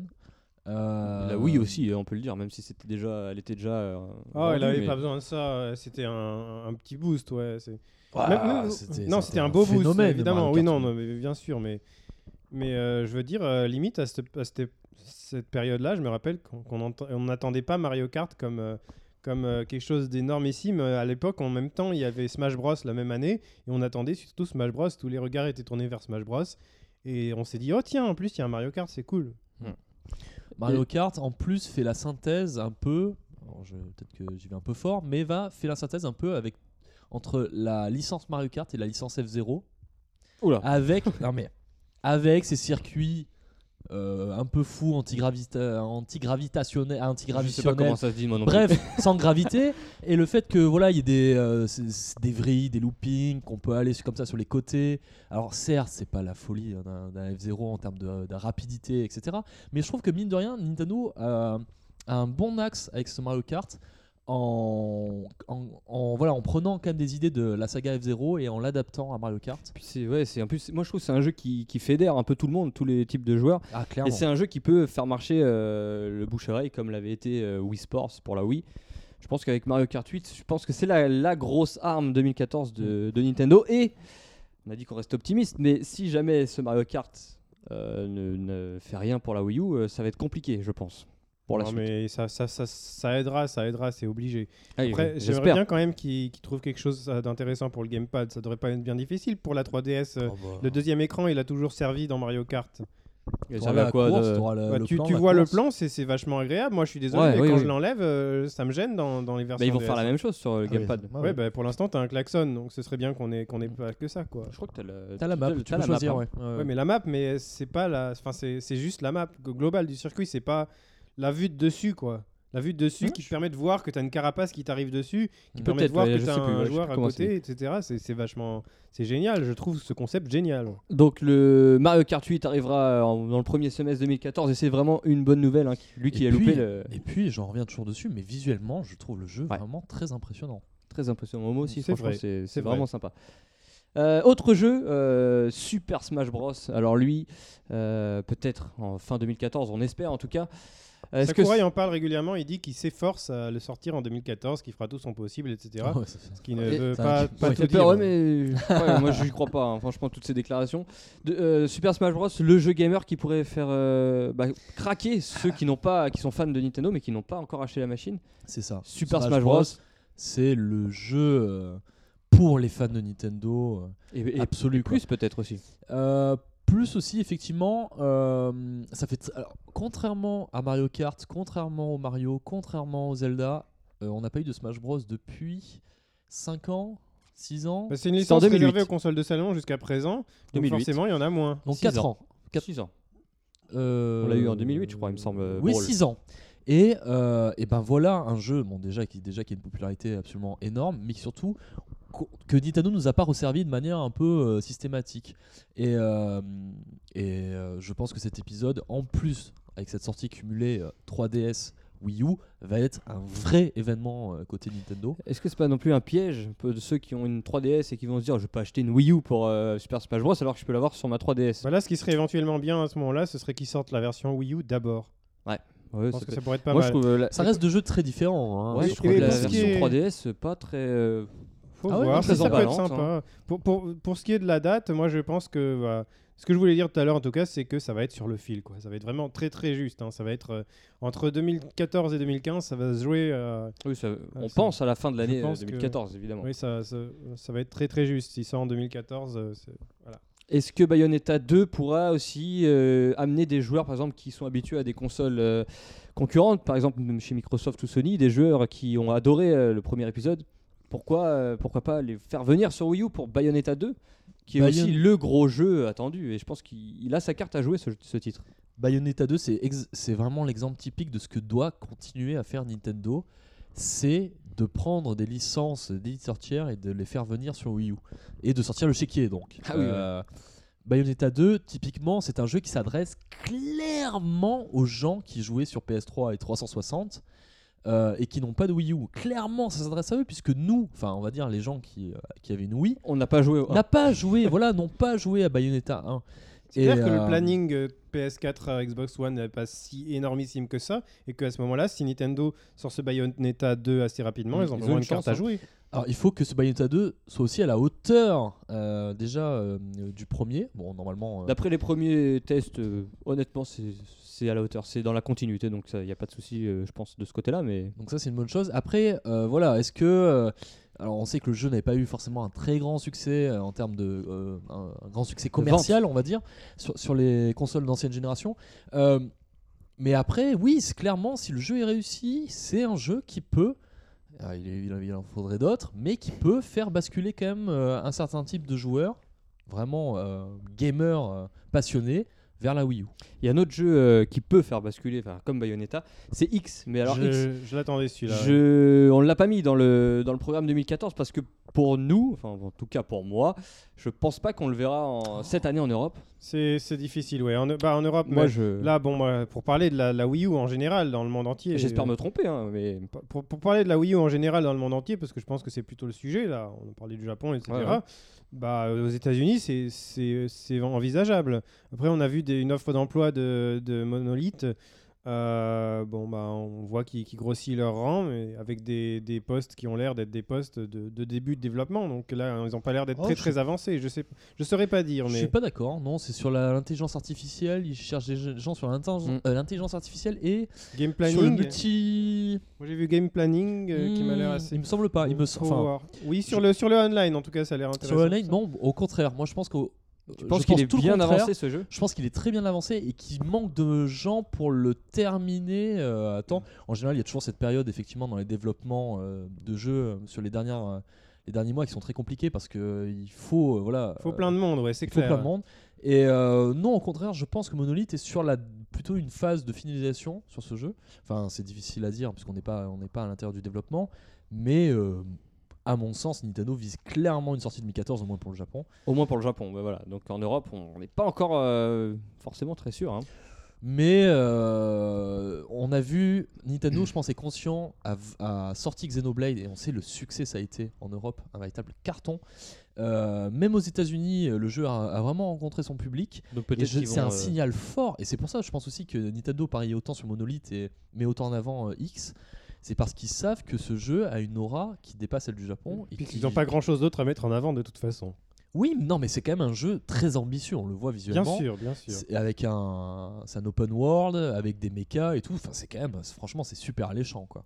Euh, La Wii aussi, on peut le dire, même si c'était déjà, elle était déjà. euh, Ah, elle vendue, avait mais- pas besoin de ça. euh, C'était un, un petit boost, ouais. C'est... Ouais, Même- même- c'était- non, c'était un beau boost, phénomène, évidemment. Mario Oui, Kart. non, non, mais bien sûr, mais mais euh, je veux dire, euh, limite à cette, à cette, cette période-là, je me rappelle qu'on qu'on ent- on n'attendait pas Mario Kart comme euh, comme euh, quelque chose d'énormissime. Euh, À l'époque, en même temps, il y avait Smash Bros la même année, et on attendait surtout Smash Bros. Tous les regards étaient tournés vers Smash Bros. Et on s'est dit, oh tiens, en plus, il y a un Mario Kart, c'est cool. Mario Kart en plus fait la synthèse un peu, alors je- peut-être que j'y vais un peu fort, mais va fait la synthèse un peu avec entre la licence Mario Kart et la licence F zéro, Oula. avec non mais avec ces circuits euh, un peu fous antigravita- antigravitationnels, Je sais pas antigravitationnels. comment ça se dit, moi non plus. Bref, sans gravité, et le fait que voilà, il y ait des, euh, c'est- c'est des vrilles, des loopings, qu'on peut aller sur- comme ça sur les côtés. Alors certes, c'est pas la folie hein, d'un, d'un F zéro en termes de, de rapidité, et cetera. Mais je trouve que mine de rien, Nintendo a, a un bon axe avec ce Mario Kart. En, en, en- voilà, en prenant quand même des idées de la saga F zéro et en l'adaptant à Mario Kart. Puis c'est, ouais, c'est, en plus, moi je trouve que c'est un jeu qui, qui fédère un peu tout le monde, tous les types de joueurs. Ah, Et clairement. c'est un jeu qui peut faire marcher euh, le bouche-oreille comme l'avait été euh, Wii Sports pour la Wii. Je pense qu'avec Mario Kart huit, je pense que c'est la, la grosse arme deux mille quatorze de, de Nintendo. Et on a dit qu'on reste optimiste, mais si jamais ce Mario Kart euh, ne, ne fait rien pour la Wii U, euh, ça va être compliqué, je pense. Pour la Non, suite. mais ça, ça, ça, ça aidera, ça aidera, c'est obligé. Ah, Après, j'espère. j'aimerais bien quand même qu'ils qu'ils trouvent quelque chose euh, d'intéressant pour le gamepad. Ça devrait pas être bien difficile pour la trois D S. euh, Oh, bah. Le deuxième écran, il a toujours servi dans Mario Kart. Et ça T'auras va la quoi course, de- t'auras le, Bah, le tu plan, tu la vois le course. plan, c'est c'est vachement agréable. Moi, je suis désolé, Ouais, mais oui, quand oui. je l'enlève, euh, ça me gêne dans, dans les versions Bah, ils vont D S. faire la même chose sur le Ah oui, gamepad. ouais, Ouais, bah, pour l'instant, t'as un klaxon, donc ce serait bien qu'on ait, qu'on ait pas que ça, quoi. Je crois que t'as la, T'as la map, tu t'as peux la choisir, map, hein. ouais. Ouais, Ouais, mais la map, mais c'est pas la, enfin c'est c'est juste la map globale du circuit, c'est pas la vue de dessus, quoi. La vue de dessus Ouais, qui te permet de voir que t'as une carapace qui t'arrive dessus, qui Peut-être, permet de voir ouais, que je t'as sais plus, un ouais, je sais joueur plus à comment côté, et cetera. C'est c'est vachement, c'est génial. Je trouve ce concept génial. ouais. Donc le Mario Kart huit arrivera en- dans le premier semestre deux mille quatorze et c'est vraiment une bonne nouvelle. Hein, lui qui Et a puis- loupé le... Et puis, j'en reviens toujours dessus, mais visuellement, je trouve le jeu Ouais. vraiment très impressionnant. Très impressionnant. Moi aussi, C'est franchement, vrai, c'est c'est c'est vrai. vraiment sympa. Euh, autre jeu, euh, Super Smash Bros. Alors lui, euh, peut-être en fin deux mille quatorze, on espère en tout cas. Euh, Est-ce que Sakurai c'est- en parle régulièrement. Il dit qu'il s'efforce à le sortir en deux mille quatorze, qu'il fera tout son possible, et cetera. Ouais, ça fait- Ce qui ne Et- veut ça- pas, ouais, pas Ça tout fait dire. peur, ouais, mais ouais, moi je n'y crois pas, hein, franchement, toutes ces déclarations. De, euh, Super Smash Bros, le jeu gamer qui pourrait faire euh, bah, craquer ceux qui, n'ont pas, qui sont fans de Nintendo mais qui n'ont pas encore acheté la machine. C'est ça. Super Smash Bros. C'est le jeu euh, pour les fans de Nintendo. euh, Et, et- Absolu, et quoi. plus peut-être aussi. Euh, plus aussi, effectivement, euh, ça fait. tr- Alors, contrairement à Mario Kart, contrairement au Mario, contrairement au Zelda, euh, on n'a pas eu de Smash Bros depuis cinq ans, six ans. Bah, c'est une C'est en licence deux mille huit. réservée aux consoles de salon jusqu'à présent. Donc deux mille huit. forcément, il y en a moins. Donc six quatre ans. ans. Quatre- six ans. Euh, On l'a eu en deux mille huit, je crois, il me semble. euh, Oui, Brawl. six ans. Et, euh, et ben voilà un jeu, bon déjà qui déjà qui a une popularité absolument énorme, mais qui surtout co- que Nintendo nous a pas resservi de manière un peu euh, systématique. Et, euh, et euh, je pense que cet épisode, en plus avec cette sortie cumulée euh, trois D S, Wii U, va être un vrai événement euh, côté Nintendo. Est-ce que c'est pas non plus un piège un peu de ceux qui ont une trois D S et qui vont se dire je peux acheter une Wii U pour euh, Super Smash Bros alors que je peux l'avoir sur ma trois D S? Bah là, ce qui serait éventuellement bien à ce moment-là, ce serait qu'ils sortent la version Wii U d'abord. Ouais, Je pense ça que peut- ça pourrait être pas Moi je mal. trouve euh, la... Ça reste deux jeux très différents. Hein, Ouais, Et- je trouve et la pour ce qui version est- trois D S pas très. euh, Faut Ah ouais, voir, non, ça, très ça peut être emballante, sympa. Pour, pour, pour ce qui est de la date, moi je pense que voilà, ce que je voulais dire tout à l'heure en tout cas, c'est que ça va être sur le fil, quoi. Ça va être vraiment très très juste. hein. Ça va être euh, entre deux mille quatorze et deux mille quinze, ça va se jouer. euh, Oui, ça- on ça- pense à la fin de je l'année euh, pense que- deux mille quatorze évidemment. Oui, ça, ça, ça va être très très juste. Si ça en deux mille quatorze, euh, c'est- voilà. Est-ce que Bayonetta deux pourra aussi euh, amener des joueurs, par exemple, qui sont habitués à des consoles euh, concurrentes, par exemple même chez Microsoft ou Sony, des joueurs qui ont adoré euh, le premier épisode, pourquoi, euh, pourquoi pas les faire venir sur Wii U pour Bayonetta deux, qui est Bayon- aussi le gros jeu attendu, et je pense qu'il il a sa carte à jouer, ce, ce titre. Bayonetta deux, c'est ex- c'est vraiment l'exemple typique de ce que doit continuer à faire Nintendo. C'est de prendre des licences d'éditeurs tiers et de les faire venir sur Wii U. Et de sortir le chéquier, donc. Ah oui, Euh, Bayonetta deux, typiquement, c'est un jeu qui s'adresse clairement aux gens qui jouaient sur P S trois et trois cent soixante euh, et qui n'ont pas de Wii U. Clairement, ça s'adresse à eux, puisque nous, enfin, on va dire les gens qui, euh, qui avaient une Wii, On n'a pas joué au... n'a pas joué, voilà, n'ont pas joué à Bayonetta un. C'est Et, clair que euh, le planning euh, P S quatre à Xbox One n'est pas si énormissime que ça, et qu'à ce moment-là, si Nintendo sort ce Bayonetta deux assez rapidement, Mmh, ils ont ils vraiment ont une une carte chance, à hein. jouer. Alors il faut que ce Bayonetta deux soit aussi à la hauteur euh, déjà euh, du premier. Bon normalement. euh, D'après les premiers tests, euh, honnêtement, c'est c'est à la hauteur, c'est dans la continuité, donc il n'y a pas de souci, euh, je pense, de ce côté-là, mais... donc ça c'est une bonne chose. Après euh, voilà, est-ce que euh, alors on sait que le jeu n'avait pas eu forcément un très grand succès euh, en termes de euh, un, un grand succès commercial, on va dire, sur, sur les consoles d'ancienne génération. Euh, mais après oui, c'est clairement si le jeu est réussi, c'est un jeu qui peut. Ah, il, il- il en faudrait d'autres, mais qui peut faire basculer quand même euh, un certain type de joueurs, vraiment euh, gamers euh, passionnés, vers la Wii U. Il y a un autre jeu euh, qui peut faire basculer, enfin, comme Bayonetta, c'est X, mais alors X... je je l'attendais celui-là. ouais. Je... On ne l'a pas mis dans le, dans le programme deux mille quatorze parce que pour nous, enfin en tout cas pour moi, je pense pas qu'on le verra en... cette année en Europe. C'est c'est difficile, ouais. En, bah, en Europe, Moi mais je... là, bon, moi, pour parler de la, la Wii U en général dans le monde entier. J'espère euh, me tromper, hein, mais... Pour, pour parler de la Wii U en général dans le monde entier, parce que je pense que c'est plutôt le sujet, là, on a parlé du Japon, et cetera. Ouais, ouais. Bah, aux États-Unis, c'est- c'est c'est envisageable. Après, on a vu des, une offre d'emploi de, de Monolith. Euh, bon, bah, on voit qu'ils qu'ils grossissent leur rang, mais avec des, des postes qui ont l'air d'être des postes de, de début de développement. Donc là, ils n'ont pas l'air d'être Oh, très je très avancés. Je sais, je saurais pas dire, Je mais suis pas d'accord, non, c'est sur la- l'intelligence artificielle, ils cherchent des gens sur l'intelligence Mm. euh, l'intelligence artificielle et game sur le planning. multi. Moi, j'ai vu game planning euh, qui m'a l'air Hmm, assez. Il me semble pas, il me Faut enfin, voir. Oui, sur le sur le online, en tout cas, ça a l'air sur intéressant. le online, non, au contraire, moi je pense qu'au Tu penses je qu'il pense est tout le bien contraire. avancé ce jeu? Je pense qu'il est très bien avancé et qu'il manque de gens pour le terminer euh, à temps. En général, il y a toujours cette période effectivement dans les développements euh, de jeux euh, sur les dernières euh, les derniers mois qui sont très compliqués parce que euh, il faut euh, voilà. Faut euh, plein de monde, ouais, c'est il faut clair. plein de monde. Et euh, non, au contraire, je pense que Monolith est sur la plutôt une phase de finalisation sur ce jeu. Enfin, c'est difficile à dire puisqu'on n'est pas on n'est pas à l'intérieur du développement, mais euh, à mon sens, Nintendo vise clairement une sortie deux mille quatorze, au moins pour le Japon. Au moins pour le Japon, bah voilà. Donc en Europe, on n'est pas encore euh, forcément très sûr. Hein. Mais euh, on a vu, Nintendo, je pense, est conscient, a, a sorti Xenoblade et on sait le succès ça a été en Europe, un véritable carton. Euh, même aux États-Unis, le jeu a, a vraiment rencontré son public. Donc Et peut-être je- qu'ils c'est vont, un euh, signal fort et c'est pour ça, je pense aussi que Nintendo parie autant sur Monolith et met autant en avant euh, X. C'est parce qu'ils savent que ce jeu a une aura qui dépasse celle du Japon. Et Puisqu'ils qui- n'ont pas grand chose d'autre à mettre en avant de toute façon. Oui, non, mais c'est quand même un jeu très ambitieux. On le voit visuellement. Bien sûr, bien sûr. C'est avec un, c'est un open world avec des mechas et tout. Enfin, c'est quand même, c'est- franchement, c'est super alléchant, quoi.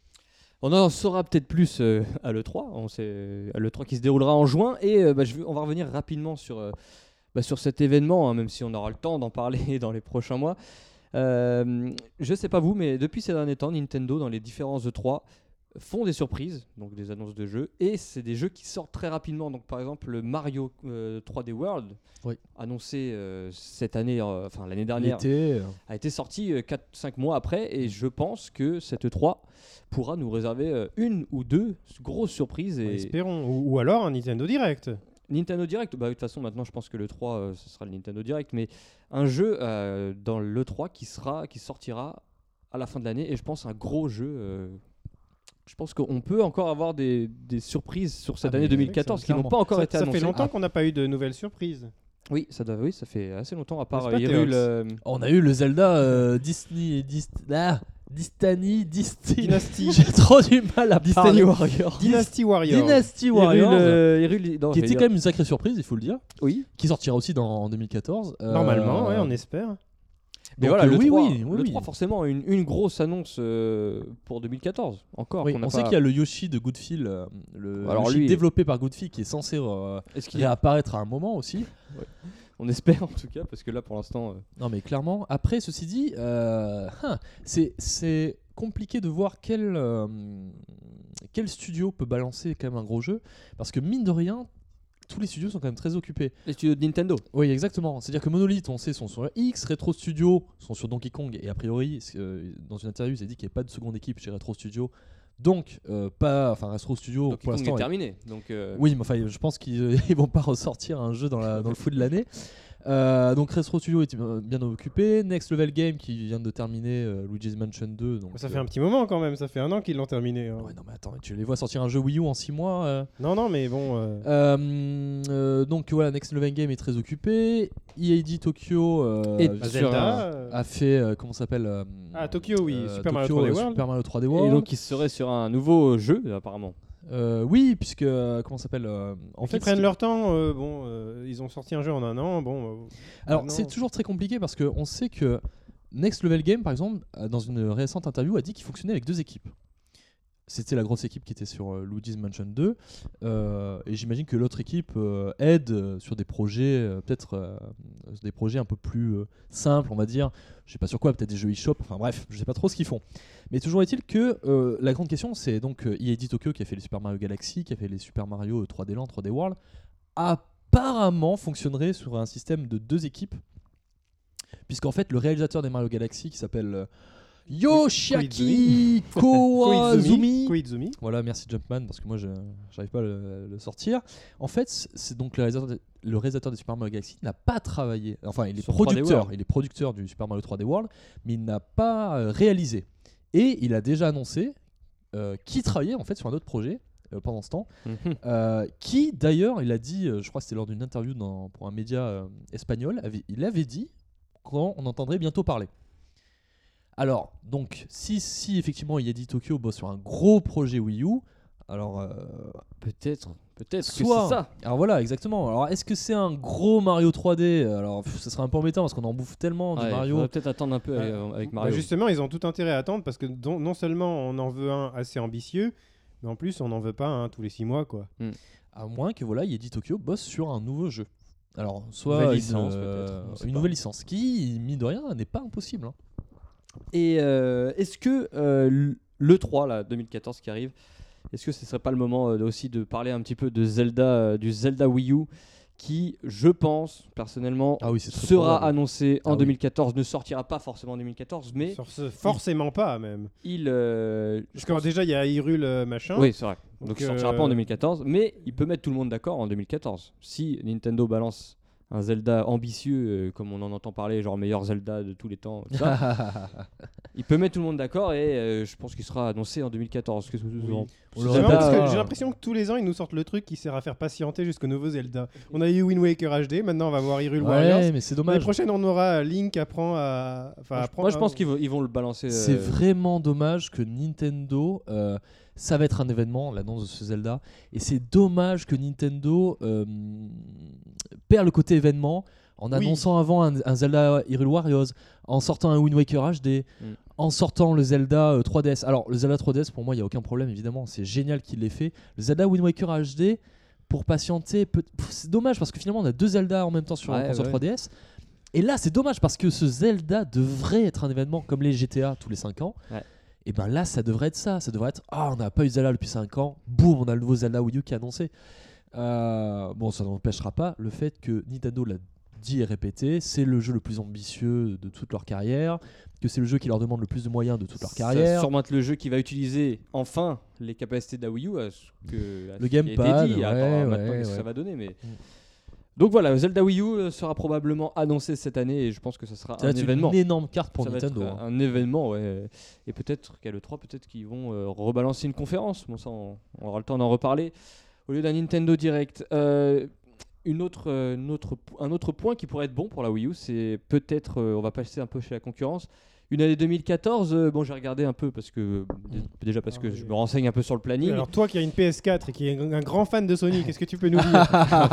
On en saura peut-être plus euh, à l'E trois, on sait, à l'E trois qui se déroulera en juin. Et euh, bah, je vais- on va revenir rapidement sur, euh, bah, sur cet événement, hein, même si on aura le temps d'en parler dans les prochains mois. Euh, je sais pas vous, mais depuis ces derniers temps, Nintendo, dans les différents E trois, font des surprises, donc des annonces de jeux, et c'est des jeux qui sortent très rapidement. Donc par exemple, le Mario euh, trois D World, Oui. annoncé euh, cette année, euh, enfin l'année dernière, L'été, euh, a été sorti quatre cinq mois après, et je pense que cette E trois pourra nous réserver euh, une ou deux grosses surprises. Et Espérons. Ou, ou alors un Nintendo Direct. Nintendo Direct, bah, de toute façon maintenant je pense que l'E trois euh, ce sera le Nintendo Direct, mais un jeu euh, dans l'E trois qui, sera, qui sortira à la fin de l'année, et je pense un gros jeu. euh, je pense qu'on peut encore avoir des, des surprises sur cette Ah, année mais deux mille quatorze ça, qui n'ont clairement. pas encore Ça, été ça annoncées. fait longtemps Ah, qu'on n'a pas eu de nouvelles surprises. oui, ça doit, oui, ça fait assez longtemps, à part N'est-ce euh, pas, Hyrule. Théox euh, on a eu le Zelda euh, Disney, Dis- ah, Distany, Disti. Dynasty. J'ai trop du mal à Dynasty parler. Warrior. Dynasty Warrior. Dynasty Hyrule, Warriors, euh, Hyrule- non, qui était j'allais quand même une sacrée surprise, il faut le dire, dire- Oui. qui sortira aussi dans, en deux mille quatorze. Euh, Normalement, ouais, on espère. Mais donc, voilà, euh, le oui, trois, oui, oui, le oui. trois, forcément, une, une grosse annonce euh, pour deux mille quatorze. Encore. Oui, qu'on n'a on sait pas- qu'il y a le Yoshi de Goodfield, euh, le Alors Yoshi lui- développé par Goodfield qui est censé euh, Est-ce qu'il- réapparaître à un moment aussi. On espère en tout cas, parce que là pour l'instant. euh, Non mais clairement. Après, ceci dit, euh, hein, c'est c'est compliqué de voir quel euh, quel studio peut balancer quand même un gros jeu, parce que mine de rien, tous les studios sont quand même très occupés. Les studios de Nintendo. Oui, exactement. C'est-à-dire que Monolith, on sait, sont sur X, Retro Studio sont sur Donkey Kong, et a priori, euh, dans une interview, il a dit qu'il n'y avait pas de seconde équipe chez Retro Studio. Donc, euh, pas, enfin, Retro Studio Donc pour Kong l'instant est est- terminé. Donc, euh, Oui, mais enfin, je pense qu'ils ne vont pas ressortir un jeu dans, la, dans le foot de l'année. Euh, donc Retro Studio est euh, bien occupé. Next Level Game qui vient de terminer euh, Luigi's Mansion deux. Donc, Ça euh, fait un petit moment quand même, ça fait un an qu'ils l'ont terminé. hein. Ouais, non, mais attends, tu les vois sortir un jeu Wii U en six mois. euh. Non, non, mais bon. euh, Euh, euh, donc voilà, Next Level Game est très occupé. E A D Tokyo euh, Et bah, sur Zelda. un- euh, a fait euh, comment ça s'appelle euh, Ah, Tokyo, oui, euh, Super Mario Tokyo, trois D euh, World. Super Mario trois D Et World. donc il serait sur un nouveau jeu apparemment. Euh, oui, puisque euh, comment ça s'appelle euh, en En fait, fait, prennent ce qui- leur temps. euh, bon, euh, ils ont sorti un jeu en un an. Bon. euh, Alors, maintenant- c'est toujours très compliqué parce qu'on sait que Next Level Game, par exemple, a- dans une récente interview, a dit qu'il fonctionnait avec deux équipes. C'était la grosse équipe qui était sur euh, Luigi's Mansion deux. euh, et j'imagine que l'autre équipe euh, aide euh, sur des projets, euh, peut-être euh, des projets un peu plus euh, simples, on va dire. Je sais pas sur quoi, peut-être des jeux eShop. Enfin bref, je sais pas trop ce qu'ils font. Mais toujours est-il que euh, la grande question, c'est donc euh, E A D Tokyo qui a fait les Super Mario Galaxy, qui a fait les Super Mario trois D Land, trois D World, apparemment fonctionnerait sur un système de deux équipes. Puisqu'en fait, le réalisateur des Mario Galaxy, qui s'appelle euh, Yoshiaki Koizumi, Koizumi. voilà, merci Jumpman, parce que moi je j'arrive pas à le, le sortir. En fait, c- c'est donc le réalisateur, de- le réalisateur des Super Mario Galaxy n'a pas travaillé, enfin il est Sur trois D producteur, World. il est producteur du Super Mario trois D World, mais il n'a pas euh, réalisé. Et il a déjà annoncé euh, qu'il travaillait en fait sur un autre projet euh, pendant ce temps, euh, qui d'ailleurs, il a dit, euh, je crois que c'était lors d'une interview dans, pour un média euh, espagnol, avait- il avait dit qu'on entendrait bientôt parler. Alors, donc, si, si effectivement E A D Tokyo bosse sur un gros projet Wii U, alors, euh, Peut-être, peut-être que c'est soit. ça. Alors voilà, exactement. Alors, est-ce que c'est un gros Mario trois D? Alors, pff, ça serait un peu embêtant parce qu'on en bouffe tellement Ouais, de Mario. faudrait peut-être attendre un peu Bah, avec, avec Bah, Mario. justement, ils ont tout intérêt à attendre parce que don- non seulement on en veut un assez ambitieux, mais en plus on n'en veut pas un tous les six mois, quoi. À moins que voilà, E A D Tokyo bosse sur un nouveau jeu. Alors, soit Nouvelle une, licence, euh, peut-être, on sait une pas. nouvelle licence qui, mine de rien, n'est pas impossible. hein. Et euh, est-ce que euh, l'E trois là, deux mille quatorze qui arrive, est-ce que ce serait pas le moment euh, aussi de parler un petit peu de Zelda, euh, du Zelda Wii U qui, je pense, personnellement, Ah oui, c'est très sera probable. annoncé en Ah oui. deux mille quatorze, ne sortira pas forcément en deux mille quatorze, mais Sur ce, forcément pas, même. il... euh, Parce que déjà, il y a Hyrule euh, machin. Oui, c'est vrai. Donc, Donc, il sortira euh, pas en deux mille quatorze, mais il peut mettre tout le monde d'accord en deux mille quatorze. Si Nintendo balance un Zelda ambitieux, euh, comme on en entend parler, genre meilleur Zelda de tous les temps, tout ça, il peut mettre tout le monde d'accord et euh, je pense qu'il sera annoncé en deux mille quatorze. Qu'est-ce que vous en- On C'est l'aurait marrant parce que pas- j'ai l'impression que tous les ans, ils nous sortent le truc qui sert à faire patienter jusqu'au nouveau Zelda. On a eu Wind Waker H D, maintenant on va voir Hyrule Warriors. Ouais, mais c'est L'année dommage. prochaine, on aura Link apprend à. Enfin, Moi, je- apprend Moi, je à- pense qu'ils vont, ils vont le balancer. euh, C'est vraiment dommage que Nintendo, euh, ça va être un événement, l'annonce de ce Zelda, et c'est dommage que Nintendo euh, perd le côté événement en Oui. annonçant avant un, un Zelda Hyrule Warriors, en sortant un Wind Waker H D, Mm. en sortant le Zelda euh, trois D S. Alors le Zelda trois D S, pour moi, il n'y a aucun problème, évidemment, c'est génial qu'il l'ait fait. Le Zelda Wind Waker H D, pour patienter, peut- pff, c'est dommage parce que finalement on a deux Zelda en même temps sur Ouais, la console ouais. trois D S. Et là, c'est dommage parce que ce Zelda devrait être un événement comme les G T A tous les cinq ans. Ouais. Et ben là, ça devrait être ça. Ça devrait être ah, on n'a pas eu Zelda depuis cinq ans. Boum, on a le nouveau Zelda Wii U qui est annoncé. Euh, bon, ça n'empêchera pas le fait que Nintendo l'a dit et répété, c'est le jeu le plus ambitieux de toute leur carrière, que c'est le jeu qui leur demande le plus de moyens de toute leur Ça carrière. va sûrement être le jeu qui va utiliser enfin les capacités de la Wii U, à ce que, à Le ce qui a été gamepad, dit. ouais, Attends, maintenant, ouais, qu'est-ce que ouais. ça va donner, mais. Mm. Donc voilà, Zelda Wii U euh, sera probablement annoncé cette année et je pense que ça sera Ça va un être événement. une énorme carte pour Ça va Nintendo. être hein. un événement, ouais. Et peut-être qu'à l'E trois, peut-être qu'ils vont euh, rebalancer une conférence. Bon, ça, on, on aura le temps d'en reparler. Au lieu d'un Nintendo Direct. Euh, une autre, euh, une autre, un autre point qui pourrait être bon pour la Wii U, c'est peut-être, euh, on va passer un peu chez la concurrence, une année deux mille quatorze. Euh, bon, j'ai regardé un peu parce que, déjà parce Ah que oui. je me renseigne un peu sur le planning. Alors, toi qui as une P S quatre et qui est un un grand fan de Sony, qu'est-ce que tu peux nous dire?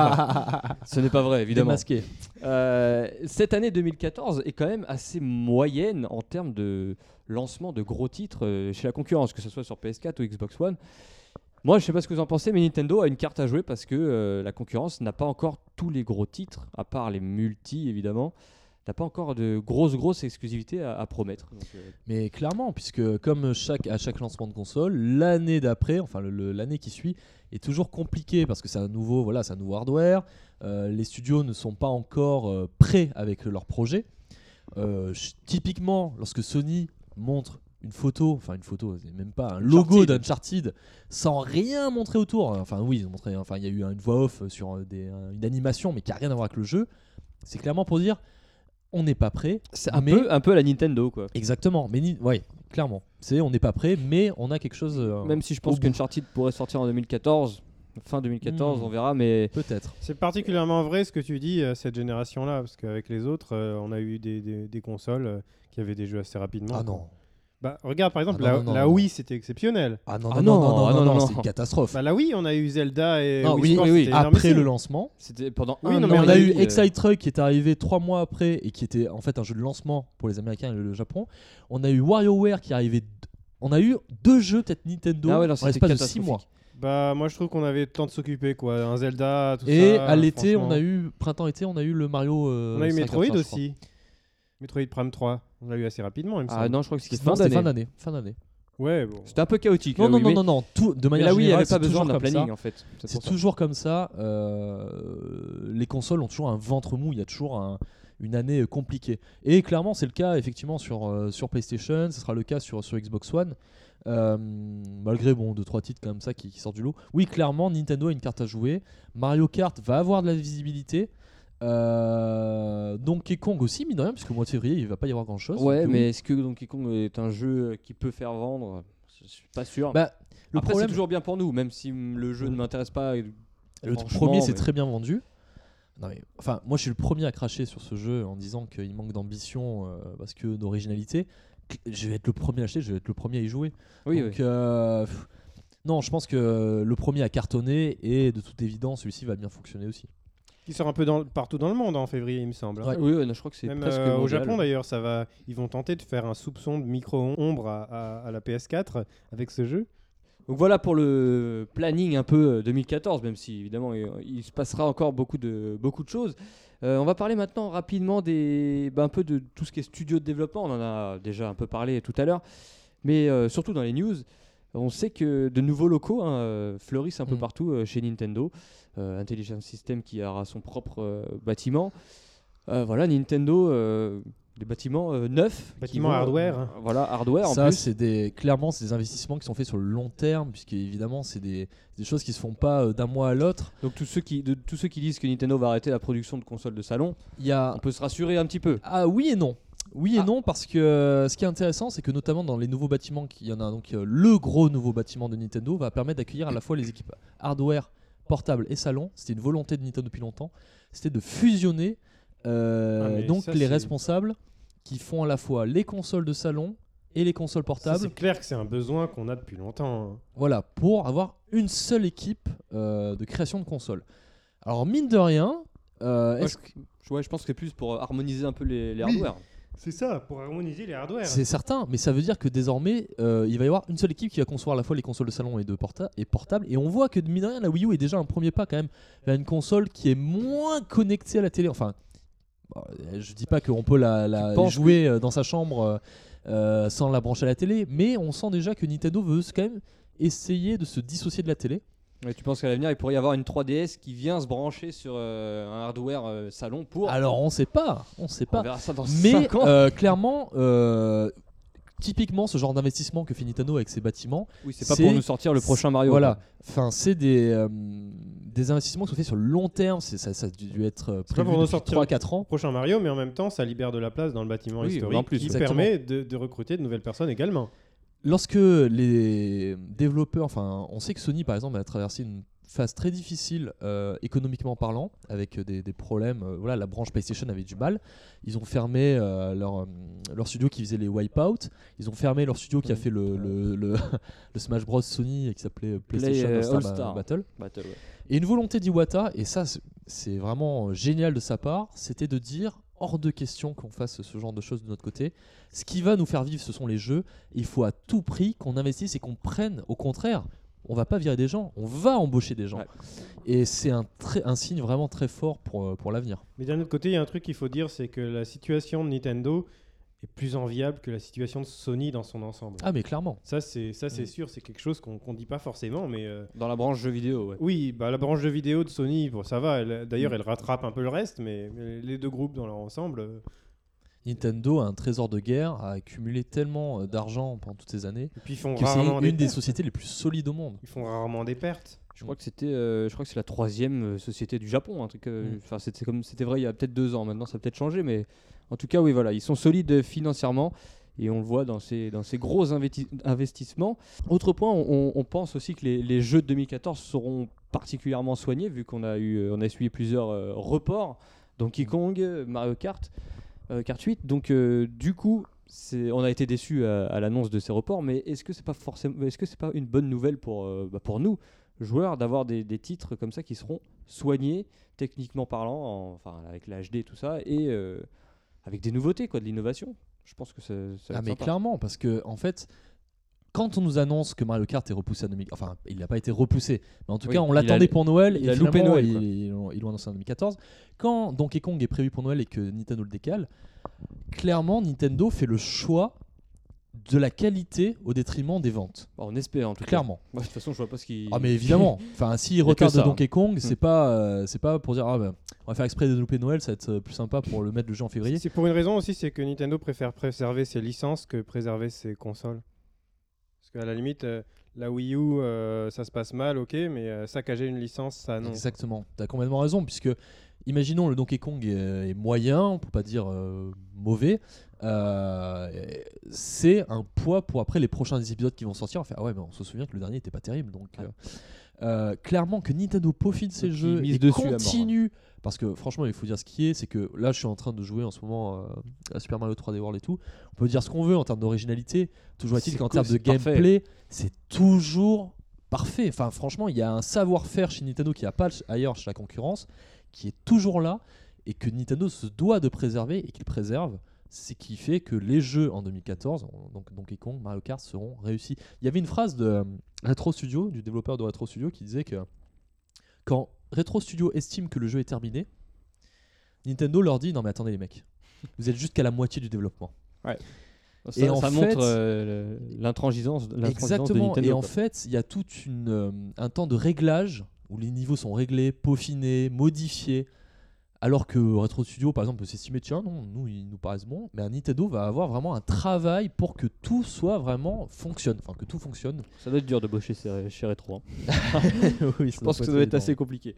Ce n'est pas vrai, évidemment. Démasqué. Euh, cette année deux mille quatorze est quand même assez moyenne en termes de lancement de gros titres euh, chez la concurrence, que ce soit sur P S quatre ou Xbox One. Moi, je sais pas ce que vous en pensez, mais Nintendo a une carte à jouer parce que euh, la concurrence n'a pas encore tous les gros titres, à part les multi évidemment. N'a pas encore de grosses grosses exclusivités à, à promettre. Donc, euh, Mais clairement, puisque comme chaque, à chaque lancement de console, l'année d'après, enfin le- le- l'année qui suit, est toujours compliquée parce que c'est un nouveau, voilà, c'est un nouveau hardware. Euh, les studios ne sont pas encore euh, prêts avec leur projet. Euh, ch- typiquement, lorsque Sony montre une photo, enfin une photo, c'est même pas un logo Uncharted. d'Uncharted, sans rien montrer autour. Enfin oui, ils ont montré, enfin il y a eu une voix off sur euh, des, un- une animation, mais qui a rien à voir avec le jeu. C'est clairement pour dire, on n'est pas prêt. c'est un mais- peu un peu à la Nintendo quoi. Exactement, mais ni- ouais, clairement. C'est on n'est pas prêt, mais on a quelque chose. euh, Même si je au pense bout. qu'Uncharted pourrait sortir en deux mille quatorze, fin deux mille quatorze, Hmm. on verra, mais Peut-être. C'est particulièrement vrai ce que tu dis, euh, cette génération-là, parce qu'avec les autres, euh, on a eu des, des- des consoles euh, qui avaient des jeux assez rapidement. Ah quoi. non. Bah, regarde par exemple, Ah non, la, non, la non. Wii, c'était exceptionnel. Ah non, Ah non, non, non, non, ah non, non, non, non. c'est une catastrophe. Bah, la Wii, on a eu Zelda et Non, Wii oui, Sports, oui, oui. c'était Après énormissime. le lancement, c'était pendant Oui, un non, an mais et on a eu demi, euh, Excite Truck qui est arrivé trois mois après et qui était en fait un jeu de lancement pour les Américains et le Japon. On a eu WarioWare qui est arrivé. d- On a eu deux jeux peut-être Nintendo Ah ouais, non, en c'était l'espace de six catastrophique. mois. Bah, moi je trouve qu'on avait le temps de s'occuper, quoi. Un Zelda, tout Et ça. à l'été, on franchement. a eu printemps-été, on a eu le Mario. euh, On a eu cinquante-cinq, Metroid je crois. aussi. Metroid Prime trois. On l'a eu assez rapidement, il me Ah semble. non, je crois que c'était Non, fin c'était fin d'année. d'année. Fin d'année. Ouais, bon. C'était un peu chaotique. Non, là, non, oui, non, mais- non, non. Tout, de Mais manière là, oui, il n'y générale, avait pas c'est besoin toujours d'un comme ça. planning en fait. C'est pour ça. toujours comme ça. euh, les consoles ont toujours un ventre mou. Il y a toujours un- une année euh, compliquée. Et clairement, c'est le cas effectivement sur, euh, sur PlayStation. Ce sera le cas sur, sur Xbox One. Euh, malgré bon, deux trois titres comme ça qui, qui sortent du lot. Oui, clairement, Nintendo a une carte à jouer. Mario Kart va avoir de la visibilité. Euh, Donkey Kong aussi, mine de rien, puisque au mois de février, il va pas y avoir grand chose. Ouais, mais est-ce que Donkey Kong est un jeu qui peut faire vendre? Je suis pas sûr. Bah, le Après, problème, c'est toujours bien pour nous, même si mm, le jeu ne m'intéresse pas. le franchement, premier, c'est mais- très bien vendu. Non, mais, enfin, moi, je suis le premier à cracher sur ce jeu en disant qu'il manque d'ambition euh, parce que d'originalité. Je vais être le premier à l'acheter, je vais être le premier à y jouer. Oui, Donc, oui. euh, pff, non, je pense que le premier a cartonné et de toute évidence, celui-ci va bien fonctionner aussi. Qui sort un peu dans, partout dans le monde en février, il me semble. Ouais. Oui, oui, non, je crois que c'est Même presque euh, au mondial. Japon d'ailleurs, ça va. Ils vont tenter de faire un soupçon de micro-ombre à, à- à la P S quatre avec ce jeu. Donc voilà pour le planning un peu deux mille quatorze, même si évidemment il, il se passera encore beaucoup de, beaucoup de choses. Euh, on va parler maintenant rapidement des, bah, un peu de tout ce qui est studio de développement. On en a déjà un peu parlé tout à l'heure, mais euh, surtout dans les news, on sait que de nouveaux locaux hein, euh, fleurissent un peu Mm. partout euh, chez Nintendo. Euh, Intelligent System qui aura son propre euh, bâtiment. Euh, voilà, Nintendo, euh, des bâtiments euh, neufs. qui Bâtiments vont, euh, hardware. voilà, hardware en Ça, plus. c'est des, clairement, c'est des investissements qui sont faits sur le long terme, puisque évidemment, c'est des, des choses qui se font pas euh, d'un mois à l'autre. Donc tous ceux, qui, de, tous ceux qui disent que Nintendo va arrêter la production de consoles de salon, Il y a on peut se rassurer un petit peu. Ah oui et non. Oui et Ah. non parce que euh, ce qui est intéressant c'est que notamment dans les nouveaux bâtiments, qu'il y en a donc euh, le gros nouveau bâtiment de Nintendo va permettre d'accueillir à la fois les équipes hardware, portable et salon. C'était une volonté de Nintendo depuis longtemps. C'était de fusionner euh, Ah, mais donc ça, les c'est- responsables qui font à la fois les consoles de salon et les consoles Ça, portables. c'est clair que c'est un besoin qu'on a depuis longtemps. hein. Voilà, pour avoir une seule équipe euh, de création de consoles. Alors mine de rien, euh, Moi, est-ce je, ouais, je pense que c'est plus pour euh, harmoniser un peu les, les Oui. hardware. C'est ça, pour harmoniser les hardware. C'est certain, mais ça veut dire que désormais, euh, il va y avoir une seule équipe qui va concevoir à la fois les consoles de salon et de porta et portables. Et on voit que mine de rien, la Wii U est déjà un premier pas quand même vers une console qui est moins connectée à la télé. Enfin, bon, euh, je dis pas qu'on peut la, la Tu penses jouer euh, dans sa chambre euh, euh, sans la brancher à la télé, mais on sent déjà que Nintendo veut quand même essayer de se dissocier de la télé. Ouais, tu penses qu'à l'avenir, il pourrait y avoir une trois D S qui vient se brancher sur euh, un hardware euh, salon pour. Alors on sait pas, on sait on pas. verra ça dans Mais cinq ans. euh, clairement, euh, typiquement, ce genre d'investissement que fait Nintendo avec ses bâtiments. oui, c'est pas c'est- pour nous sortir le prochain Mario. Voilà, quoi. enfin c'est des, euh, des investissements qui sont faits sur le long terme. C'est, ça, ça a dû être euh, C'est pas prévu pour nous depuis sortir trois à quatre ans. Prochain Mario, mais en même temps, ça libère de la place dans le bâtiment Oui, historique en plus, qui exactement. permet de, de recruter de nouvelles personnes également. Lorsque les développeurs, enfin on sait que Sony par exemple a traversé une phase très difficile euh, économiquement parlant, avec des, des problèmes, euh, voilà, la branche PlayStation avait du mal. Ils ont fermé euh, leur, euh, leur studio qui faisait les Wipeout, ils ont fermé leur studio qui a fait le, le, le, le Smash Bros Sony qui s'appelait PlayStation Play, euh, All-Star All-Star. Battle. Battle, ouais. Et une volonté d'Iwata, et ça c'est- c'est vraiment génial de sa part, c'était de dire hors de question qu'on fasse ce genre de choses de notre côté. Ce qui va nous faire vivre, ce sont les jeux. Il faut à tout prix qu'on investisse et qu'on prenne, au contraire, on va pas virer des gens, on va embaucher des gens. Ouais. Et c'est un, très- un signe vraiment très fort pour, euh, pour l'avenir. Mais d'un autre côté, il y a un truc qu'il faut dire, c'est que la situation de Nintendo est plus enviable que la situation de Sony dans son ensemble. Ah mais clairement. Ça, c'est ça, c'est Mm. sûr, c'est quelque chose qu'on qu'on dit pas forcément, mais euh, Dans la branche jeux vidéo, ouais. oui, bah, la branche de vidéo de Sony, bon, ça va. elle- D'ailleurs, Mm. elle rattrape un peu le reste, mais, mais les deux groupes dans leur ensemble, euh, Nintendo a un trésor de guerre, a accumulé tellement euh, d'argent pendant toutes ces années et puis ils font que c'est rarement une des des pertes. sociétés les plus solides au monde. Ils font rarement des pertes. Je crois que c'était, euh, je crois que c'est la troisième euh, société du Japon, un truc. euh, Mm. Enfin, c'était comme, c'était vrai il y a peut-être deux ans. Maintenant, ça a peut-être changé, mais en tout cas, oui, voilà, ils sont solides financièrement et on le voit dans ces, dans ces gros investi- investissements. Autre point, on, on pense aussi que les, les jeux de deux mille quatorze seront particulièrement soignés vu qu'on a eu, euh, on a suivi plusieurs euh, reports, Donkey Kong, Mario Kart, euh, Kart huit. Donc, euh, du coup. C'est, on a été déçus à, à l'annonce de ces reports, mais est-ce que c'est pas forcément, est-ce que c'est pas une bonne nouvelle pour, euh, bah, pour nous joueurs d'avoir des, des titres comme ça qui seront soignés techniquement parlant, en- enfin avec la H D et tout ça, et euh, avec des nouveautés, quoi, de l'innovation. Je pense que ça, ça va Ah être mais sympa. clairement, parce que en fait, quand on nous annonce que Mario Kart est repoussé à deux mille, enfin il n'a pas été repoussé, mais en tout Oui, cas on il l'attendait a- pour Noël il et a loupé finalement, Noël, ils, quoi. ils l'ont ils l'ont annoncé en deux mille quatorze. Quand Donkey Kong est prévu pour Noël et que Nintendo le décale, clairement Nintendo fait le choix de la qualité au détriment des ventes. Bah, on espère en tout cas. Clairement. Moi, de toute façon, je vois pas ce qui. Ah mais évidemment. Enfin s'il Y a que retarde ça, Donkey Kong, c'est Mm. pas euh, c'est pas pour dire ah ben on va faire exprès de louper Noël, ça va être euh, plus sympa pour le mettre le jeu en février. C'est pour une raison aussi, c'est que Nintendo préfère préserver ses licences que préserver ses consoles. Parce qu'à la limite, euh, la Wii U, euh, ça se passe mal, ok, mais euh, saccager une licence, ça non. Exactement, tu as complètement raison, puisque imaginons le Donkey Kong est, est moyen, on peut pas dire euh, mauvais, euh, c'est un poids pour après les prochains épisodes qui vont sortir. On fait, ah ouais, mais on se souvient que le dernier était pas terrible, donc Ouais. euh, euh, clairement que Nintendo peaufine ses Donc, ils jeux misent et dessus à mort, continue, parce que franchement il faut dire ce qui est, c'est que là je suis en train de jouer en ce moment euh, à Super Mario trois D World et tout, on peut dire ce qu'on veut en termes d'originalité, toujours est-il C'est qu'en cool, termes de c'est parfait. gameplay, c'est toujours parfait. Enfin, franchement, il y a un savoir-faire chez Nintendo qui n'y a pas ailleurs chez la concurrence, qui est toujours là et que Nintendo se doit de préserver et qu'il préserve c'est qui fait que les jeux en deux mille quatorze, donc Donkey Kong, Mario Kart, seront réussis. Il y avait une phrase de euh, Retro Studio, du développeur de Retro Studio, qui disait que quand Retro Studio estime que le jeu est terminé, Nintendo leur dit non mais attendez les mecs, vous êtes juste qu'à la moitié du développement. Ouais. Ça, Et en ça fait- montre euh, le- l'intransigeance, l'intransigeance de Exactement. Nintendo. Et en quoi. fait, il y a tout euh, un temps de réglage où les niveaux sont réglés, peaufinés, modifiés. Alors que Retro Studio, par exemple, peut s'estimer tiens, non, nous, ils nous paraissent bons. Mais un Nintendo va avoir vraiment un travail pour que tout soit vraiment fonctionne. Enfin, que tout fonctionne. Ça doit être dur de bosser chez, chez Retro. hein. Oui, Je pense que ça doit être assez compliqué.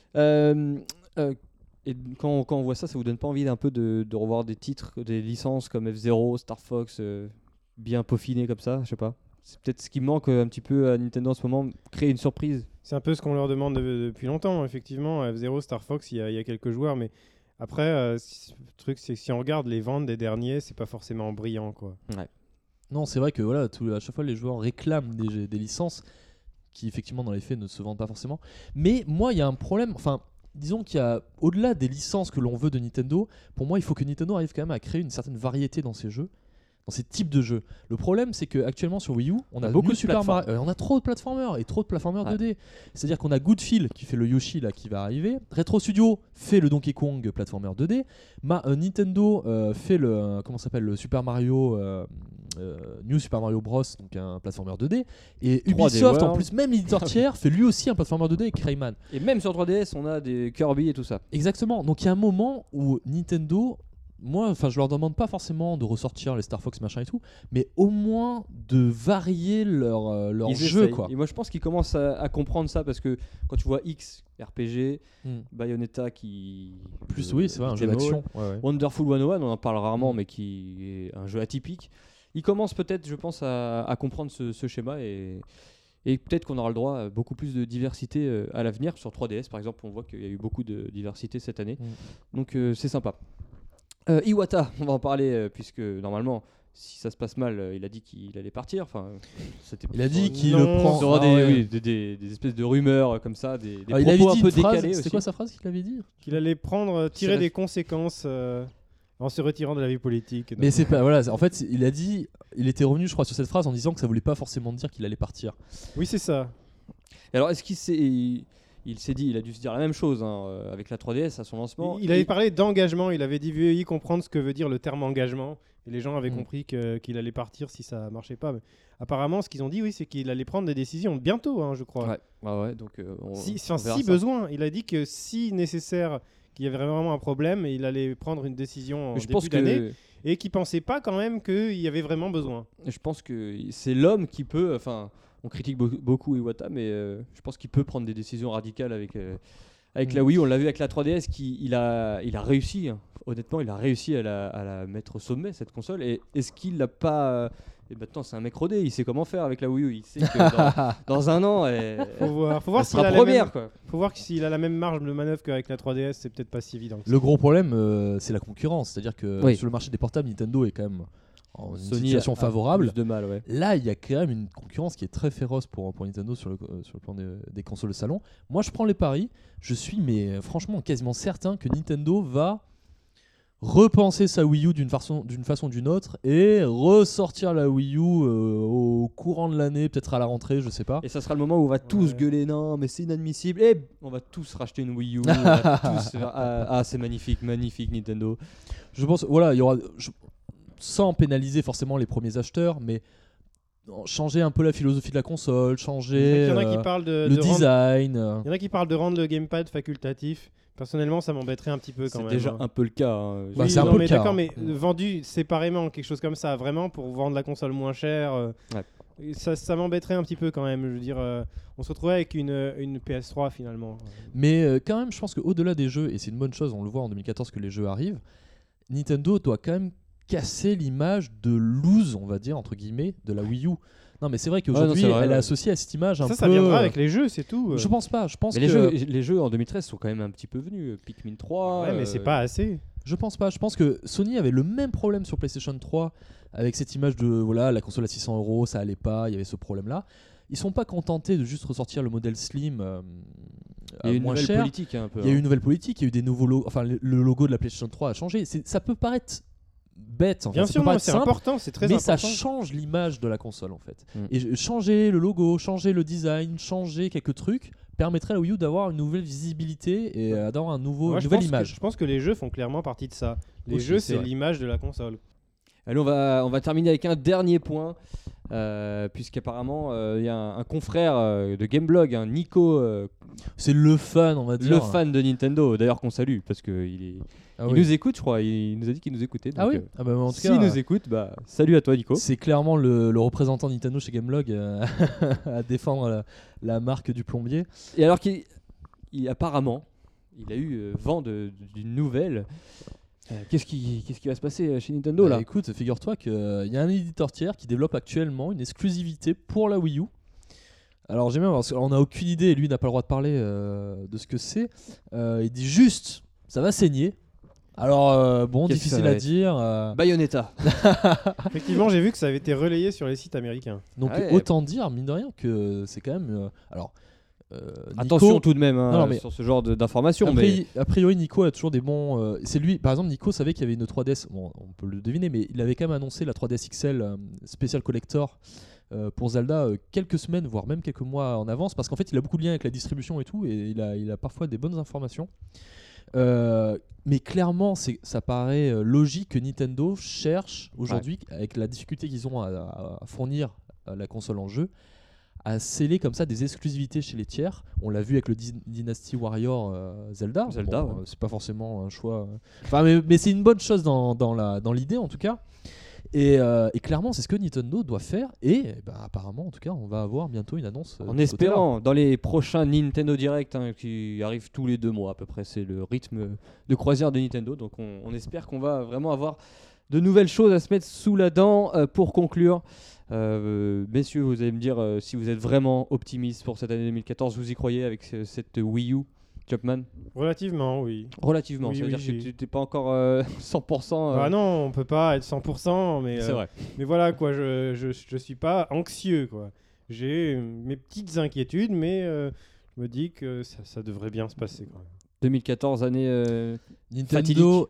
Euh, euh, et quand, quand on voit ça, ça vous donne pas envie d'un peu de, de revoir des titres, des licences comme F zéro, Star Fox, euh, bien peaufinés comme ça, je sais pas. C'est peut-être ce qui manque euh, un petit peu à Nintendo en ce moment, créer une surprise. C'est un peu ce qu'on leur demande de- depuis longtemps, effectivement. F zéro, Star Fox, il y, a- il y a quelques joueurs, mais après, euh, si- le truc, c'est que si on regarde les ventes des derniers, c'est pas forcément brillant, quoi. Non, c'est vrai que voilà, tout, à chaque fois, les joueurs réclament des, des licences qui, effectivement, dans les faits, ne se vendent pas forcément. Mais moi, il y a un problème. Enfin, disons qu'il y a, au-delà des licences que l'on veut de Nintendo, pour moi, il faut que Nintendo arrive quand même à créer une certaine variété dans ses jeux, dans ces types de jeux. Le problème, c'est qu'actuellement sur Wii U, on a Beaucoup New de Super plateformes. Mario, euh, on a trop de platformers et trop de platformers Ouais. deux D. C'est-à-dire qu'on a Goodfield qui fait le Yoshi là qui va arriver, Retro Studio fait le Donkey Kong platformer deux D, Ma- euh, Nintendo euh, fait le euh, comment ça s'appelle le Super Mario euh, euh, New Super Mario Bros, donc un platformer deux D, et trois D Ubisoft en World. plus, même l'éditeur tiers fait lui aussi un platformer deux D avec Rayman. Et même sur trois D S, on a des Kirby et tout ça. Exactement. Donc il y a un moment où Nintendo, moi, enfin, je leur demande pas forcément de ressortir les Star Fox machin et tout, mais au moins de varier leur euh, leur Ils jeu, essayent. quoi. Et moi, je pense qu'ils commencent à, à comprendre ça parce que quand tu vois X, R P G, Hmm. Bayonetta qui. Plus, euh, oui, c'est vrai, un jeu beat'em all, d'action. Ouais, ouais. Wonderful cent un, on en parle rarement, Mm. mais qui est un jeu atypique. Il commence peut-être, je pense, à, à comprendre ce, ce schéma et, et peut-être qu'on aura le droit à beaucoup plus de diversité euh, à l'avenir. Sur trois D S, par exemple, on voit qu'il y a eu beaucoup de diversité cette année. Mm. Donc euh, c'est sympa. Euh, Iwata, on va en parler euh, puisque normalement, si ça se passe mal, euh, il a dit qu'il allait partir. Enfin, c'était Il a dit qu'il Non, le prend. il y aura Ah des, ouais. oui, des, des- des espèces de rumeurs euh, comme ça, des, des Ah, il avait propos dit un peu une phrase, décalés C'était aussi. quoi sa phrase qu'il avait dit Qu'il allait prendre, euh, tirer C'est des conséquences euh, en se retirant de la vie politique. Mais c'est pas voilà. En fait, il a dit, il était revenu, je crois, sur cette phrase en disant que ça voulait pas forcément dire qu'il allait partir. Oui, c'est ça. Et alors, est-ce qu'il s'est, il, il s'est dit, il a dû se dire la même chose hein, euh, avec la trois D S à son lancement. Il, il avait Et- parlé d'engagement, il avait dit veuillez comprendre ce que veut dire le terme engagement. Et les gens avaient Mm. compris que- qu'il allait partir si ça marchait pas. Mais apparemment, ce qu'ils ont dit, oui, c'est qu'il allait prendre des décisions bientôt, hein, je crois. Ouais, ouais, ouais, donc euh, on, Si, on enfin, verra si ça. besoin, il a dit que si nécessaire, qu'il y avait vraiment un problème, il allait prendre une décision en Mais je début pense d'année que et qu'il pensait pas quand même qu'il y avait vraiment besoin. je pense que c'est l'homme qui peut. Enfin, on critique beau- beaucoup Iwata, mais euh, je pense qu'il peut prendre des décisions radicales avec euh, avec Mm. la Wii. On l'a vu avec la trois D S, qui il a il a réussi. hein. Honnêtement, il a réussi à la, à la mettre au sommet cette console. Et est-ce qu'il l'a pas euh, Et maintenant, c'est un mec rodé. Il sait comment faire avec la Wii U. Il sait que dans, dans un an, elle, Faut voir, faut voir elle s'il sera a la première, même, quoi. faut voir que s'il a la même marge de manœuvre qu'avec la trois D S, c'est peut-être pas si évident. que ça. Le gros problème, euh, c'est la concurrence. C'est-à-dire que Oui. sur le marché des portables, Nintendo est quand même en une Sony situation a- a favorable. plus de mal, ouais. Là, il y a quand même une concurrence qui est très féroce pour, pour Nintendo sur le, euh, sur le plan des, des consoles de salon. Moi, je prends les paris. Je suis, mais euh, franchement, quasiment certain que Nintendo va repenser sa Wii U d'une façon d'une façon ou d'une autre et ressortir la Wii U euh, au courant de l'année, peut-être à la rentrée, je sais pas. Et ça sera le moment où on va tous Ouais. gueuler non, mais c'est inadmissible. Et on va tous racheter une Wii U. on va tous faire, ah, ah, c'est magnifique, magnifique Nintendo. Je pense, voilà, il y aura, je- sans pénaliser forcément les premiers acheteurs, mais changer un peu la philosophie de la console, changer Il y en a euh, qui parlent de, le de rendre, design. euh. il y en a qui parlent de rendre le gamepad facultatif. Personnellement, ça m'embêterait un petit peu quand C'est même. déjà hein. un peu le cas. hein. Bah, Oui, c'est un non, peu le mais cas, d'accord, hein. mais euh, vendu séparément, quelque chose comme ça, vraiment pour vendre la console moins chère. euh, Ouais. et Ça, ça m'embêterait un petit peu quand même. Je veux dire, euh, on se retrouvait avec une, euh, une P S trois finalement. Mais euh, quand même, je pense qu'au-delà des jeux, et c'est une bonne chose, on le voit en deux mille quatorze que les jeux arrivent, Nintendo doit quand même casser l'image de lose, on va dire, entre guillemets, de la Wii U. Non, mais c'est vrai qu'aujourd'hui, Ouais, non, c'est vrai, elle ouais. est associée à cette image un Ça, peu. ça viendra euh, avec les jeux, c'est tout. euh. Je pense pas. Je pense Mais que. les, jeux, les jeux en deux mille treize sont quand même un petit peu venus. Pikmin trois. Ouais, mais c'est euh, pas assez. Je pense pas. Je pense que Sony avait le même problème sur PlayStation trois avec cette image de voilà la console à six cents euros, ça allait pas, il y avait ce problème-là. Ils sont pas contentés de juste ressortir le modèle slim euh, Il y a à une moins nouvelle cher. politique un peu. Il y a eu hein. une nouvelle politique, il y a eu des nouveaux logos. Enfin, le, le logo de la PlayStation trois a changé. C'est- Ça peut paraître bête. Enfin, Bien ça sûr, peut non, paraître c'est simple, important, c'est très mais important. ça change l'image de la console en fait. Mm. Et je- changer le logo, changer le design, changer quelques trucs permettrait à la Wii U d'avoir une nouvelle visibilité et euh, d'avoir un nouveau, Moi, une je nouvelle pense que- image. je pense que les jeux font clairement partie de ça. Les Aussi, jeux, c'est c'est vrai. l'image de la console. Allez, on va, on va terminer avec un dernier point, euh, puisqu'apparemment euh, il y a un, un confrère euh, de Gameblog, un Nico, euh, C'est le fan, on va dire. le fan de Nintendo, d'ailleurs qu'on salue, parce qu'il est, Ah, il oui. nous écoute, je crois, il nous a dit qu'il nous écoutait. Ah donc, oui euh, ah bah, en tout S'il cas, nous écoute, bah, salut à toi Nico. c'est clairement le, le représentant Nintendo chez Gameblog euh, à défendre la, la marque du plombier. Et alors qu'il il- apparemment, il a eu euh, vent de- d'une nouvelle. Euh, qu'est-ce, qui, qu'est-ce qui va se passer euh, chez Nintendo Bah, là? écoute, figure-toi qu'il y a un éditeur tiers qui développe actuellement une exclusivité pour la Wii U. Alors j'aime bien parce qu'on n'a aucune idée et lui n'a pas le droit de parler euh, de ce que c'est. Euh, il dit juste, ça va saigner. Alors euh, bon, Qu'est-ce que ça difficile va à être dire. euh, Bayonetta. Effectivement, j'ai vu que ça avait été relayé sur les sites américains. donc Ah ouais. autant dire, mine de rien, que c'est quand même... euh, alors, euh, Nico- Attention tout de même hein, Non, non, mais- sur ce genre de- d'informations. A mais... priori, a priori, Nico a toujours des bons. euh, c'est lui, par exemple, Nico savait qu'il y avait une trois D S. Bon, on peut le deviner, mais il avait quand même annoncé la trois D S X L euh, Special Collector euh, pour Zelda euh, quelques semaines, voire même quelques mois en avance, parce qu'en fait, il a beaucoup de liens avec la distribution et tout, et il a, il a parfois des bonnes informations. Euh, mais clairement, c'est, ça paraît euh, logique que Nintendo cherche aujourd'hui, avec la difficulté qu'ils ont à, à- à fournir à la console en jeu, à sceller comme ça des exclusivités chez les tiers. On l'a vu avec le Dis- Dynasty Warrior euh, Zelda. Zelda, Bon, ouais. euh, c'est pas forcément un choix. euh, Enfin, mais, mais c'est une bonne chose dans, dans, la, dans l'idée en tout cas. Et, euh, et clairement, c'est ce que Nintendo doit faire. Et eh ben, apparemment, en tout cas, on va avoir bientôt une annonce. euh, En de ce côté-là. espérant, dans les prochains Nintendo Direct hein, qui arrivent tous les deux mois à peu près, c'est le rythme de croisière de Nintendo. Donc on, on espère qu'on va vraiment avoir de nouvelles choses à se mettre sous la dent. Euh, pour conclure, euh, messieurs, vous allez me dire euh, si vous êtes vraiment optimiste pour cette année deux mille quatorze, vous y croyez avec ce- cette Wii U, Chapman? Relativement, oui. Relativement, Oui, ça veut oui, dire que j'ai- tu n'es pas encore euh, cent pour cent. euh, Bah non, on peut pas être cent pour cent, mais, c'est euh, vrai. mais voilà, quoi, je, je, je suis pas anxieux, quoi. J'ai euh, mes petites inquiétudes, mais euh, je me dis que ça, ça devrait bien se passer, quand même. deux mille quatorze, année euh, Nintendo, fatidique.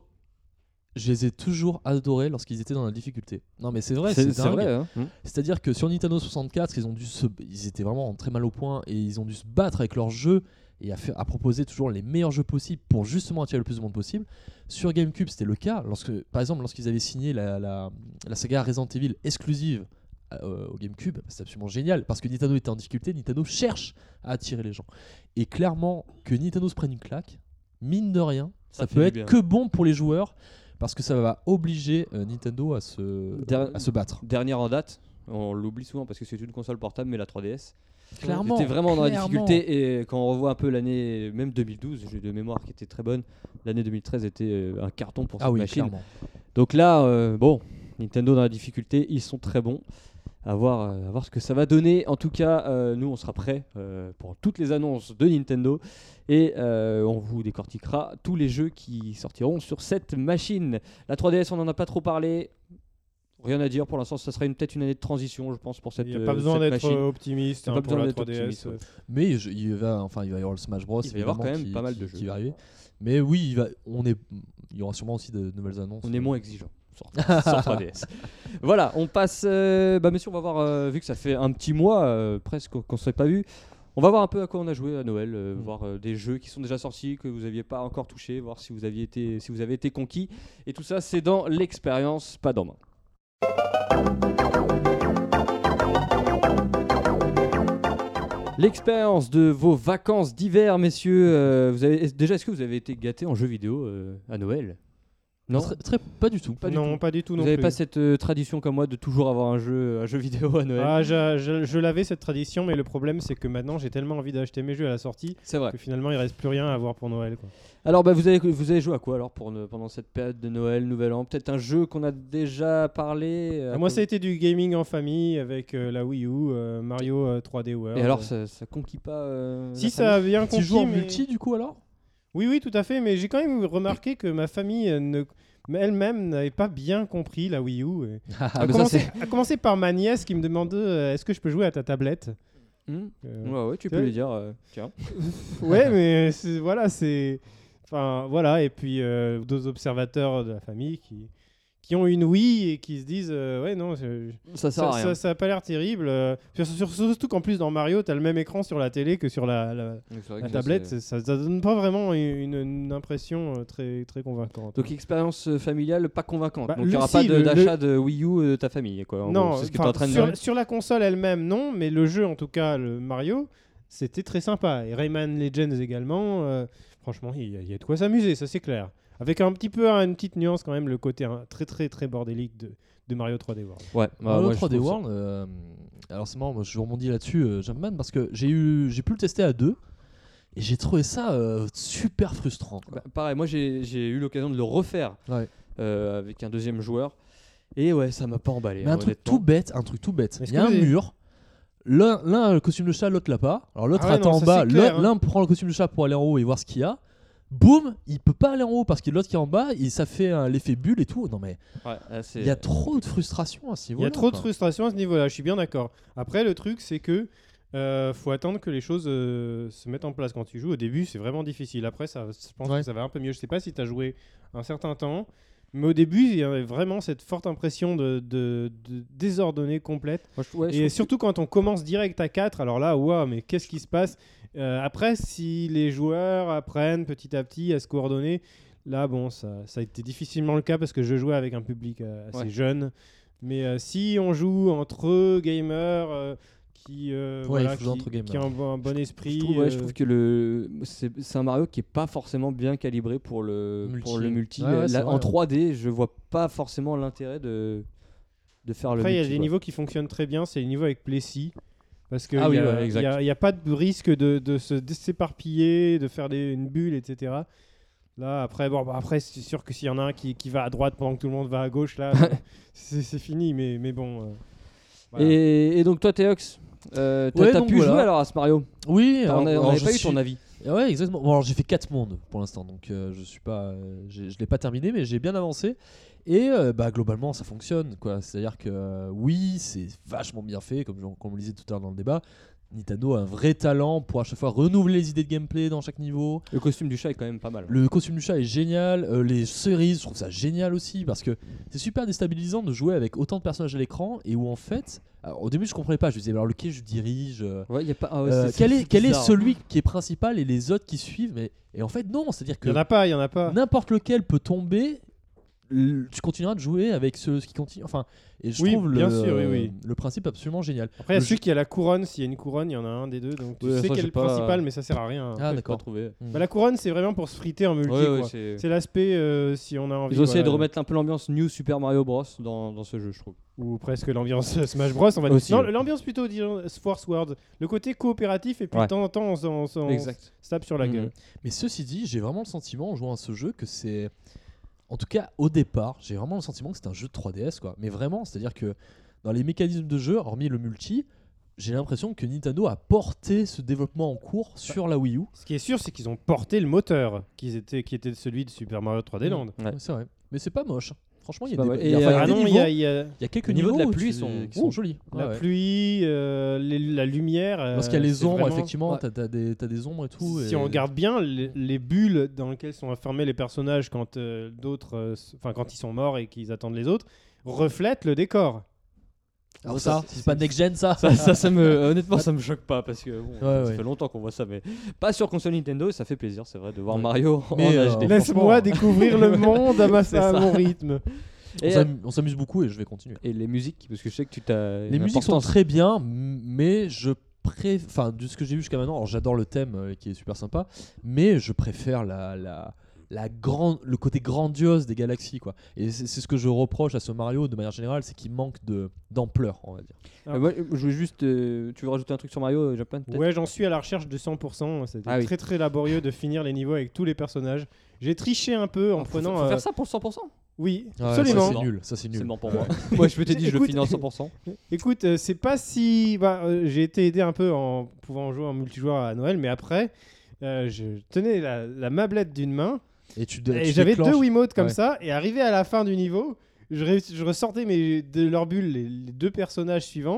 je les ai toujours adorés lorsqu'ils étaient dans la difficulté. Non, mais c'est vrai, c'est, c'est, c'est dingue. vrai. Hein. Hmm. C'est-à-dire que sur Nintendo soixante-quatre, ils ont dû se, ils étaient vraiment très mal au point et ils ont dû se battre avec leurs jeux et à, faire, à proposer toujours les meilleurs jeux possibles pour justement attirer le plus de monde possible. Sur GameCube, c'était le cas. Lorsque, par exemple, lorsqu'ils avaient signé la, la, la saga Resident Evil exclusive euh, au GameCube, c'est absolument génial parce que Nintendo était en difficulté. Nintendo cherche à attirer les gens. Et clairement, que Nintendo se prenne une claque, mine de rien, ça, Ça fait peut du être bien. que bon pour les joueurs parce que ça va obliger euh, Nintendo à se, Der- à se battre. Dernière en date, on l'oublie souvent parce que c'est une console portable, mais la trois D S. Clairement, C'était vraiment dans la clairement. difficulté et quand on revoit un peu l'année, même deux mille douze, j'ai de mémoire qui était très bonne, l'année deux mille treize était euh, un carton pour cette Ah oui, machine. clairement. Donc là, euh, bon, Nintendo dans la difficulté, ils sont très bons. À voir, euh, à voir ce que ça va donner. En tout cas, euh, nous, on sera prêts euh, pour toutes les annonces de Nintendo et euh, on vous décortiquera tous les jeux qui sortiront sur cette machine. La trois D S, on n'en a pas trop parlé. Rien à dire pour l'instant, ça sera une, peut-être une année de transition, je pense, pour cette, Il n'y a euh, pas besoin cette d'être machine. euh, optimiste Y a hein, pas pour besoin la d'être trois D S. optimiste, euh. ouais. Mais je- il va, enfin, il va y avoir le Smash Bros. Il va y avoir évidemment, quand même qui, pas mal qui- de jeux. qui va arriver. Mais oui, il va, on est, il y aura sûrement aussi de nouvelles annonces. On est moins exigeant sur, sur trois D S. Voilà, on passe. euh, bah, monsieur, on va voir, euh, vu que ça fait un petit mois euh, presque qu'on ne s'est pas vu, on va voir un peu à quoi on a joué à Noël, euh, Mm. voir euh, des jeux qui sont déjà sortis, que vous n'aviez pas encore touché, voir si vous, aviez été, si vous avez été conquis. Et tout ça, c'est dans l'expérience, pas dans main. L'expérience de vos vacances d'hiver, messieurs. euh, vous avez, déjà, est-ce que vous avez été gâtés en jeux vidéo euh, à Noël? Non, Très, très- pas du tout. pas du non, tout. pas du tout Vous non n'avez plus. pas cette euh, tradition comme moi de toujours avoir un jeu, un jeu vidéo à Noël? Ah, je, je- je l'avais cette tradition, mais le problème c'est que maintenant j'ai tellement envie d'acheter mes jeux à la sortie C'est vrai. que finalement il reste plus rien à avoir pour Noël, quoi. Alors, bah, vous, avez, vous avez joué à quoi alors pour ne- pendant cette période de Noël, Nouvel An? Peut-être un jeu qu'on a déjà parlé euh, Ah, moi à- ça a été du gaming en famille avec euh, la Wii U, euh, Mario euh, trois D World. Et alors, ça, ça conquit pas euh, si la ça a bien Tu conquis, joues en mais- multi du coup alors? Oui, oui, tout à fait, mais j'ai quand même remarqué que ma famille euh, ne... mais elle-même n'avait pas bien compris la Wii U. et- Ah, à, mais ça, commencer, c'est- à commencer par ma nièce qui me demandait euh, est-ce que je peux jouer à ta tablette. Hmm. Euh, Ouais, ouais, tu peux Ouais. lui dire. euh, tiens. Ouais, mais c'est- voilà, c'est. Enfin, voilà, et puis euh, deux observateurs de la famille qui, qui ont une Wii et qui se disent euh, ouais non je- Ça sert ça, à rien. ça, ça a pas l'air terrible. euh, sur- sur- surtout qu'en plus dans Mario t'as le même écran sur la télé que sur la, la, Donc, c'est vrai la que là, tablette, c'est- ça, ça donne pas vraiment une, une impression euh, très très convaincante. Donc expérience euh, familiale pas convaincante. Bah, Donc il n'y le- aura si, pas de- le- d'achat de Wii U de ta famille. Quoi. En non, gros, c'est ce que tu es enfin, en train de sur, dire. sur la console elle-même non, mais le jeu en tout cas le Mario c'était très sympa et Rayman Legends également. euh, franchement il y, a- il y a de quoi s'amuser, ça c'est clair. Avec un petit peu hein, une petite nuance quand même, le côté hein, très très très bordélique de, de Mario trois D World. Ouais, bah, Mario ouais, je trois D trouve ça- World, euh, alors c'est marrant, moi je rebondis là-dessus, euh, Jumpman, parce que j'ai eu, j'ai pu le tester à deux et j'ai trouvé ça euh, super frustrant. quoi. Bah, pareil, moi j'ai j'ai eu l'occasion de le refaire Ouais. euh, avec un deuxième joueur. Et ouais, ça m'a pas emballé. Mais un hein, truc honnêtement. tout bête, un truc tout bête. Est-ce Il y a que un vous avez- mur. L'un, l'un a le costume de chat, l'autre l'a pas. Alors l'autre Ah ouais, attend non, en ça, bas. c'est clair, l'un, hein. l'un prend le costume de chat pour aller en haut et voir ce qu'il y a. Boum, il peut pas aller en haut parce que l'autre qui est en bas, et ça fait un- l'effet bulle et tout. Non mais Ouais, là, c'est- il y a trop de frustration à ce Il y niveau-là. a trop de quoi. frustration à ce niveau-là, je suis bien d'accord. Après, le truc, c'est que euh, faut attendre que les choses euh, se mettent en place quand tu joues. Au début, c'est vraiment difficile. Après, ça, je pense Ouais. que ça va un peu mieux. Je sais pas si tu as joué un certain temps, mais au début, il y avait vraiment cette forte impression de, de, de désordonnée complète. Moi, je- ouais, je Et trouve surtout quand on commence direct à quatre, alors là, waouh, mais qu'est-ce qui se passe Euh, Après, si les joueurs apprennent petit à petit à se coordonner, là, bon, ça, ça a été difficilement le cas parce que je jouais avec un public euh, assez Ouais. jeune. Mais euh, si on joue entre gamers euh, qui, euh, Ouais, voilà, il faut jouer qui, entre gamers. qui ont un bon, un bon Je esprit. trouve, ouais, je euh, trouve que le c'est c'est un Mario qui est pas forcément bien calibré pour le Multi. pour le multi. Ouais, ouais, Là, c'est en vrai. trois D, je vois pas forcément l'intérêt de de faire Après, il le y a multi. des quoi. niveaux qui fonctionnent très bien, c'est les niveaux avec Plessis. Parce qu'il Ah oui, n'y a, ouais, exact. y a- y a pas de risque de, de se dé- s'éparpiller, de faire des, une bulle, et cetera. Là, après, bon, bah, après c'est sûr que s'il y en a un qui, qui va à droite pendant que tout le monde va à gauche, là, c'est c'est fini. Mais, mais bon. euh, voilà. Et, et donc toi, Théox, euh, t'as Ouais, t'as donc pu voilà. jouer alors à ce Mario Oui, On alors- a- on alors n'avait je pas eu suis- ton avis. Ouais, exactement. Bon, alors j'ai fait quatre mondes pour l'instant, donc euh, je suis pas, euh, j'ai- je l'ai pas terminé, mais j'ai bien avancé. Et euh, bah globalement, ça fonctionne, quoi. C'est-à-dire que euh, oui, c'est vachement bien fait, comme, je- comme on le disait tout à l'heure dans le débat. Nintendo a un vrai talent pour à chaque fois renouveler les idées de gameplay dans chaque niveau. Le costume du chat est quand même pas mal. Le costume du chat est génial, euh, les cerises, je trouve ça génial aussi parce que c'est super déstabilisant de jouer avec autant de personnages à l'écran et où en fait, alors, au début je comprenais pas, je me disais alors lequel je dirige, euh, Ouais, y a pas. ah ouais, euh, c'est- quel c'est est quel est bizarre. celui qui est principal et les autres qui suivent, mais et en fait non, c'est-à-dire Il que n'y en a pas, il y en a pas. n'importe lequel peut tomber. l- Tu continueras de jouer avec ceux qui continuent. Enfin, et je Oui, trouve bien le, sûr, oui, oui. le principe absolument génial. Après, il y a Le celui jeu- qui a la couronne. S'il y a une couronne, il y en a un des deux. Donc tu Ouais, sais ça, quel est j'ai le pas- principal, mais ça sert à rien. Ah, J'ai pas d'accord. trouvé. Bah, la couronne, c'est vraiment pour se friter en multi. Ouais, ouais, quoi. c'est- C'est l'aspect euh, si on a envie. Ils ont essayé de voilà, remettre un peu l'ambiance New Super Mario Bros dans, dans ce jeu, je trouve. Ou presque l'ambiance Smash Bros. On va dire. Aussi, Non, ouais. l'ambiance plutôt disons, Force World. Le côté coopératif et puis Ouais. de temps en temps on, s'en- on s'en- on Exact. se tape sur la Mhm. gueule. Mais ceci dit, j'ai vraiment le sentiment en jouant à ce jeu que c'est. En tout cas, au départ, j'ai vraiment le sentiment que c'est un jeu de trois D S, quoi. Mais vraiment, c'est-à-dire que dans les mécanismes de jeu, hormis le multi, j'ai l'impression que Nintendo a porté ce développement en cours sur la Wii U. Ce qui est sûr, c'est qu'ils ont porté le moteur qui était, qui était celui de Super Mario trois D Land. Ouais. Ouais, c'est vrai. Mais c'est pas moche. Franchement, il y C'est a pas des, mal. il y a- Et, enfin, il y a euh, Ah des non, il niveaux- y a, il y a il y a quelques Au niveau niveaux de la où pluie, tu- sont- qui sont Ouh. jolis. Ouais, la ouais. pluie, euh, les- la lumière. euh, Lorsqu'il y a les c'est ombres, vraiment- effectivement, Ouais. t'as, t'as des, t'as des ombres et tout. Si et- on regarde bien, les, les bulles dans lesquelles sont enfermés les personnages quand euh, d'autres, euh, s- enfin quand ils sont morts et qu'ils attendent les autres, reflètent le décor. Alors ça, c'est pas next-gen ça, Ça, ça, ça me, honnêtement, ça me choque pas parce que bon, Ouais, ça ouais. fait longtemps qu'on voit ça, mais pas sur console Nintendo. Et ça fait plaisir, c'est vrai, de voir Ouais. Mario Mais, en euh, H D. Laisse-moi découvrir le monde à, ma, C'est à ça. mon rythme. On Et, s'am- on s'amuse beaucoup et je vais continuer. et les musiques, parce que je sais que tu t'as. Les une musiques sont importance. très bien, m- mais je préfère, enfin, de ce que j'ai vu jusqu'à maintenant, alors j'adore le thème euh, qui est super sympa, mais je préfère la, la, la grande, le côté grandiose des galaxies, quoi. Et c'est c'est ce que je reproche à ce Mario de manière générale, c'est qu'il manque de d'ampleur, on va dire. Euh, moi, je voulais juste. euh, tu veux rajouter un truc sur Mario, euh, Japan peut-être Ouais, j'en suis à la recherche de cent pour cent. C'était Ah oui. très très laborieux de finir les niveaux avec tous les personnages. J'ai triché un peu en Ah, faut, prenant. faut euh, faire ça pour le cent pour cent Oui, Ouais, absolument. Ça c'est nul, ça c'est C'est nul. bon pour moi. Moi, je m'étais dit, je le Écoute- finis en cent pour cent. Écoute, euh, c'est pas si. Bah, euh, j'ai été aidé un peu en pouvant jouer en multijoueur à Noël, mais après, euh, je tenais la, la mablette d'une main Et tu, tu et j'avais déclenches- deux Wiimotes comme Ouais. ça. Et arrivé à la fin du niveau, je, ré- je ressortais mes, de leur bulle les, les deux personnages suivants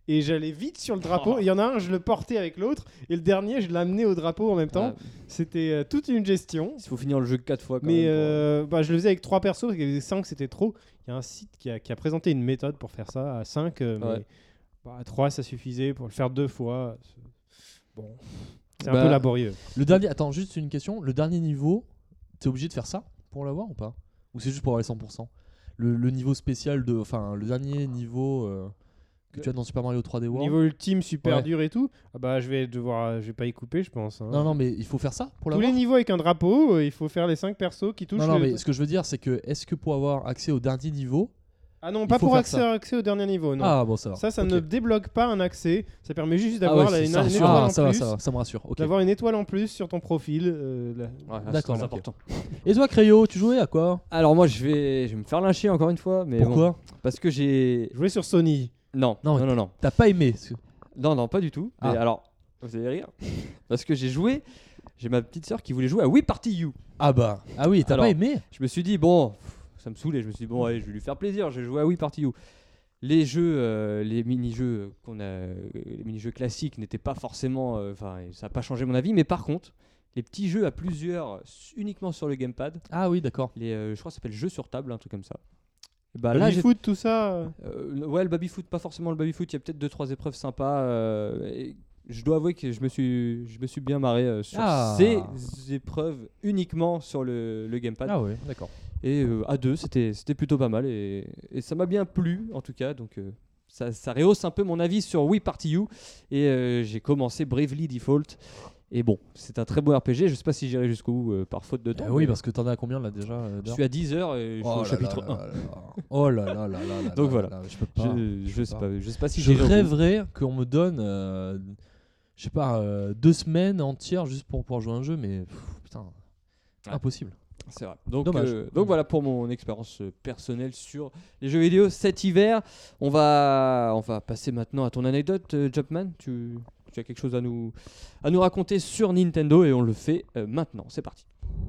et j'allais vite sur le drapeau. Oh. Il y en a un, je le portais avec l'autre, et le dernier, je l'amenais au drapeau en même temps. Ah, C'était euh, toute une gestion. il faut finir le jeu quatre fois quand Mais même. pour- euh, bah, je le faisais avec trois persos, parce qu'il y avait cinq, c'était trop. Il y a un site qui a, qui a présenté une méthode pour faire ça à cinq, euh, mais Ouais. bah, à trois, ça suffisait. Pour le faire deux fois, c'est- bon, c'est un Bah, peu laborieux. Le dernier, attends, juste une question. Le dernier niveau, t'es obligé de faire ça pour l'avoir ou pas? Ou c'est juste pour avoir les cent pour cent? le, le niveau spécial de. Enfin, le dernier niveau euh, que Le- tu as dans Super Mario trois D World. Niveau ultime, super Ouais. dur et tout, ah bah, je vais devoir, je vais pas y couper, je pense. hein. Non, non, mais il faut faire ça pour Tous l'avoir? les niveaux avec un drapeau, euh, il faut faire les cinq persos qui touchent Non, non, le- mais ce que je veux dire, c'est que est-ce que pour avoir accès au dernier niveau. Ah non, il pas faut pour faire accès, ça. accès au dernier niveau, non. Ah, bon, ça va. ça, ça Ok. ne débloque pas un accès, ça permet juste Ah d'avoir ouais, la- c'est une, ça, une ça. étoile Ah, en ça va, plus, ça va, ça me rassure. Ok. d'avoir une étoile en plus sur ton profil. euh, là. Ouais, c'est D'accord, très ok. important. Et toi, Crayo, tu jouais à quoi? Alors moi je vais, je vais me faire lyncher encore une fois, mais Pourquoi? bon, parce que j'ai, Jouer sur Sony. non, Non, non, non, non, T'as pas aimé parce que- non, non, pas du tout. Ah. Mais alors, vous allez rire, parce que j'ai joué, j'ai ma petite sœur qui voulait jouer à Wii Party U. Ah bah. Ah oui, t'as Alors, pas aimé? Je me suis dit bon, pff, ça me saoulait, je me suis dit bon, allez, je vais lui faire plaisir, je vais jouer à Wii Party U. Les jeux, euh, les mini-jeux qu'on a, euh, les mini-jeux classiques n'étaient pas forcément, euh, enfin, ça n'a pas changé mon avis, mais par contre, les petits jeux à plusieurs, euh, uniquement sur le gamepad, Ah oui, d'accord. les, euh, je crois que ça s'appelle jeux sur table, un truc comme ça. Et bah là, j'ai foot, tout ça. euh. Euh, ouais, le baby-foot, pas forcément le baby-foot, il y a peut-être deux trois épreuves sympas. euh, et je dois avouer que je me suis, je me suis bien marré euh, sur Ah. ces épreuves uniquement sur le, le gamepad. Ah ouais, d'accord. Et euh, à deux, c'était, c'était plutôt pas mal et, et ça m'a bien plu en tout cas. Donc euh, ça, ça rehausse un peu mon avis sur Wii Party U. Et euh, j'ai commencé Bravely Default. Et bon, c'est un très beau R P G. Je sais pas si j'irai jusqu'au bout euh, par faute de temps. Ah oui, mais parce que t'en as combien là déjà euh, je d'heures? suis à dix heures et je suis Oh au là chapitre là un. là là là. Oh là là là là là Donc là voilà. là là, je peux pas. Je, je peux sais pas. pas, je sais pas si Je j'irai au bout. rêverais qu'on me donne, euh, je sais pas, euh, deux semaines entières juste pour pouvoir jouer à un jeu, mais pff, putain, Ouais. impossible. C'est vrai. Donc, Dommage. euh, donc voilà pour mon expérience euh, personnelle sur les jeux vidéo cet hiver. On va, on va passer maintenant à ton anecdote, euh, Jumpman. Tu, tu as quelque chose à nous, à nous raconter sur Nintendo et on le fait euh, maintenant. C'est parti.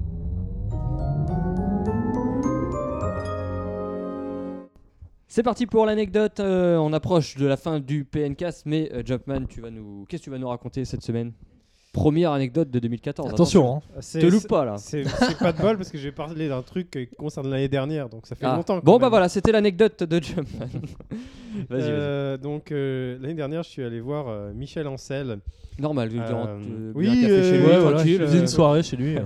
C'est parti pour l'anecdote. Euh, on approche de la fin du P N Cast, mais euh, Jumpman, tu vas nous, qu'est-ce que tu vas nous raconter cette semaine? Première anecdote de deux mille quatorze. Attention, hein. C'est- Te loupe c'est- pas là. C'est c'est pas de bol parce que je vais parler d'un truc qui concerne l'année dernière, donc ça fait Ah. longtemps. quand Bon bah même. voilà, c'était l'anecdote de Jumpman. Vas-y, vas-y. Euh, donc euh, l'année dernière, je suis allé voir euh, Michel Ancel Normal, Euh, durant, euh, oui, bien un café euh, chez lui, ouais, voilà, tranquille. je faisais euh, une soirée chez lui.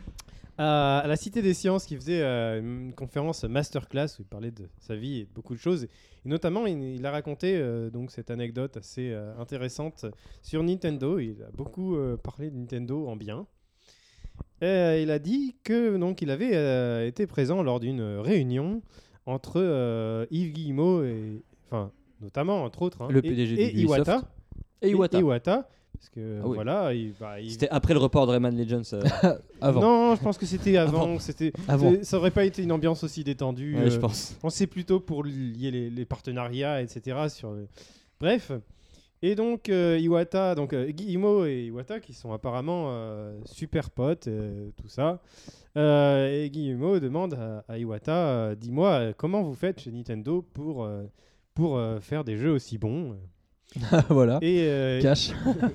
à, à la Cité des Sciences qui faisait euh, une conférence masterclass où il parlait de sa vie et de beaucoup de choses. Et notamment, il, il a raconté euh, donc cette anecdote assez euh, intéressante sur Nintendo. Il a beaucoup euh, parlé de Nintendo en bien. Et, euh, il a dit que donc il avait euh, été présent lors d'une réunion entre euh, Yves Guillemot et enfin notamment entre autres hein, Le et- P D G et, du Iwata. Ubisoft. Et Iwata. Et Iwata, parce que Ah oui. voilà, il, bah, il- C'était après le report de Rayman Legends. euh, Avant. Non, je pense que c'était avant. C'était, Avant. c'est- ça aurait pas été une ambiance aussi détendue. ouais, je euh, pense. je pense que c'est plutôt pour lier les, les partenariats, et cetera. Sur le- Bref. Et donc, euh, Iwata, donc euh, Guillemot et Iwata, qui sont apparemment euh, super potes, euh, tout ça. Euh, et Guillemot demande à, à Iwata euh, dis-moi, euh, comment vous faites chez Nintendo pour, euh, pour euh, faire des jeux aussi bons Voilà. Et, euh, Cash.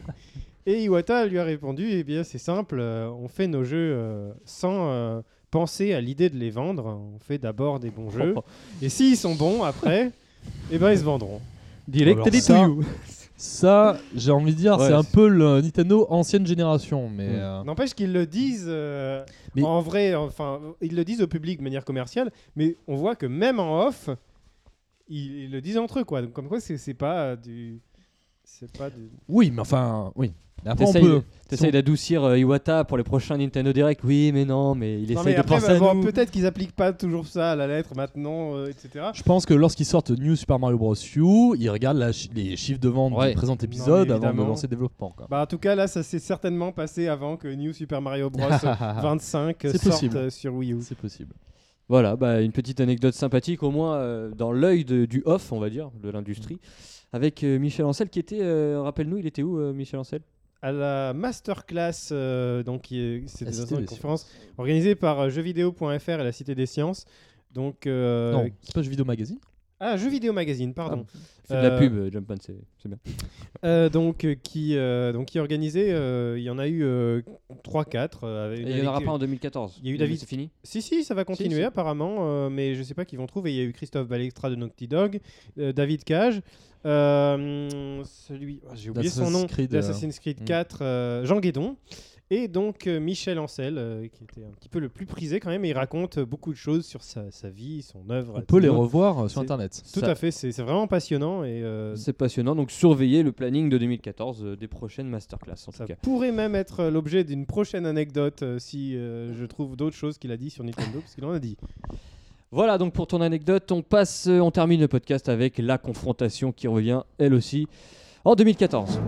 et Iwata lui a répondu eh bien, c'est simple, euh, on fait nos jeux euh, sans euh, penser à l'idée de les vendre. On fait d'abord des bons jeux. Et s'ils sont bons après, eh ben, ils se vendront. Direct Alors to ça- you. Ça, j'ai envie de dire, Ouais, c'est un c'est- peu le Nintendo ancienne génération, mais Mm. euh, N'empêche qu'ils le disent euh, Mais- en vrai, enfin, ils le disent au public de manière commerciale, mais on voit que même en off, ils, ils le disent entre eux, quoi. Donc, comme quoi, c'est c'est pas euh, du. C'est pas du. oui, mais enfin, oui. Mais après, on T'essayes peut. t'essayes si on- d'adoucir euh, Iwata pour les prochains Nintendo Direct. Oui, mais non, mais il Non, essaye mais de après, penser bah, à bon, nous. peut-être qu'ils appliquent pas toujours ça à la lettre maintenant, euh, et cetera. Je pense que lorsqu'ils sortent New Super Mario Bros. U, ils regardent la chi- les chiffres de vente Ouais. du présent Non, épisode mais avant de évidemment. lancer le développement. Quoi. Bah, en tout cas, là, ça s'est certainement passé avant que New Super Mario Bros. vingt-cinq C'est sorte possible. euh, sur Wii U. C'est possible. Voilà, bah, une petite anecdote sympathique, au moins euh, dans l'œil de- du off, on va dire, de l'industrie. Avec euh, Michel Ancel qui était, euh, rappelle-nous, il était où euh, Michel Ancel? À la masterclass, euh, donc qui est- c'est La des Cité une des conférence organisée par euh, jeuxvideo point F R et la Cité des Sciences. Donc, euh, non, c'est pas Jeux Vidéo Magazine. Ah, Jeux Vidéo Magazine, pardon. Ah, c'est de la Euh, pub, euh, Jumpman, c'est c'est bien. Euh, donc, euh, qui, euh, donc, qui est organisé, euh, il y en a eu euh, trois quatre. Euh, Et il n'y en aura pas en deux mille quatorze. il y a eu Donc, David- C'est fini. Si, si, ça va continuer si. apparemment, euh, mais je sais pas qui vont trouver. Il y a eu Christophe Balextra de Naughty Dog, euh, David Cage, euh, celui, oh, j'ai oublié son D'Assassin's nom, Creed, d'Assassin's Creed Mm. quatre, euh, Jean Guédon. Et donc euh, Michel Ancel, euh, qui était un petit peu le plus prisé quand même, et il raconte euh, beaucoup de choses sur sa, sa vie, son œuvre. On peut les tout. revoir euh, sur C'est- internet. Tout Ça- à fait, c'est c'est vraiment passionnant et euh, C'est passionnant. Donc surveillez le planning de deux mille quatorze euh, des prochaines masterclass en ça tout cas. pourrait même être euh, l'objet d'une prochaine anecdote euh, si euh, je trouve d'autres choses qu'il a dit sur Nintendo, parce qu'il en a dit. Voilà donc pour ton anecdote, on passe, euh, on termine le podcast avec la confrontation qui revient elle aussi en deux mille quatorze.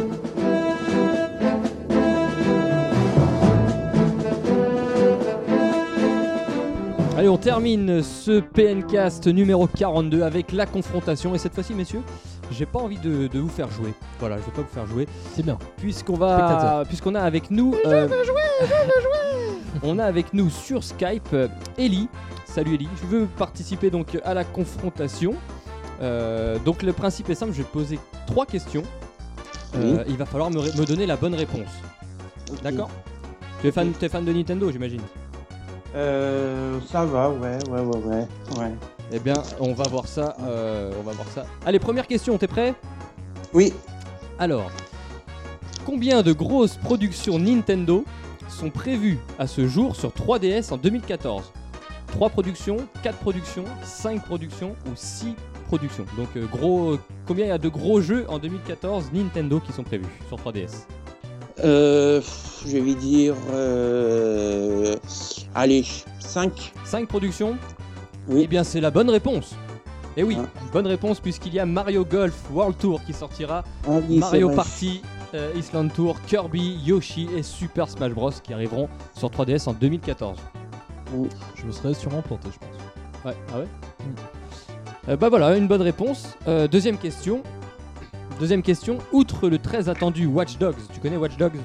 Allez, on termine ce P N Cast numéro quarante-deux avec la confrontation. Et cette fois-ci, messieurs, j'ai pas envie de, de vous faire jouer. Voilà, je vais pas vous faire jouer. C'est bien. Puisqu'on va, Spectateur. puisqu'on a avec nous, euh, on a avec nous sur Skype euh, Ellie. Salut Ellie. Je veux participer donc à la confrontation. Euh, donc le principe est simple. Je vais te poser trois questions. Euh, Il va falloir me, ré- me donner la bonne réponse. D'accord. Tu es fan, tu es fan de Nintendo, j'imagine. Euh, ça va, ouais, ouais, ouais, ouais, ouais. Eh bien, on va voir ça. euh, on va voir ça. Allez, première question. T'es prêt? Oui, Alors, combien de grosses productions Nintendo sont prévues à ce jour sur trois D S en deux mille quatorze? trois productions, quatre productions, cinq productions ou six productions. Donc, euh, gros, euh, combien il y a de gros jeux en deux mille quatorze Nintendo qui sont prévus sur trois D S? euh, pff, je vais dire, euh, allez, cinq. cinq productions? Oui. Eh bien, c'est la bonne réponse. Et oui, Ah. bonne réponse puisqu'il y a Mario Golf World Tour qui sortira, Ah oui, c'est Mario vrai. Party euh, Island Tour, Kirby, Yoshi et Super Smash Bros qui arriveront sur trois D S en deux mille quatorze. Je me serais sûrement planté, je pense. Ouais, ah ouais Euh, Bah voilà, une bonne réponse. Euh, deuxième question. Deuxième question. Outre le très attendu Watch Dogs, tu connais Watch Dogs?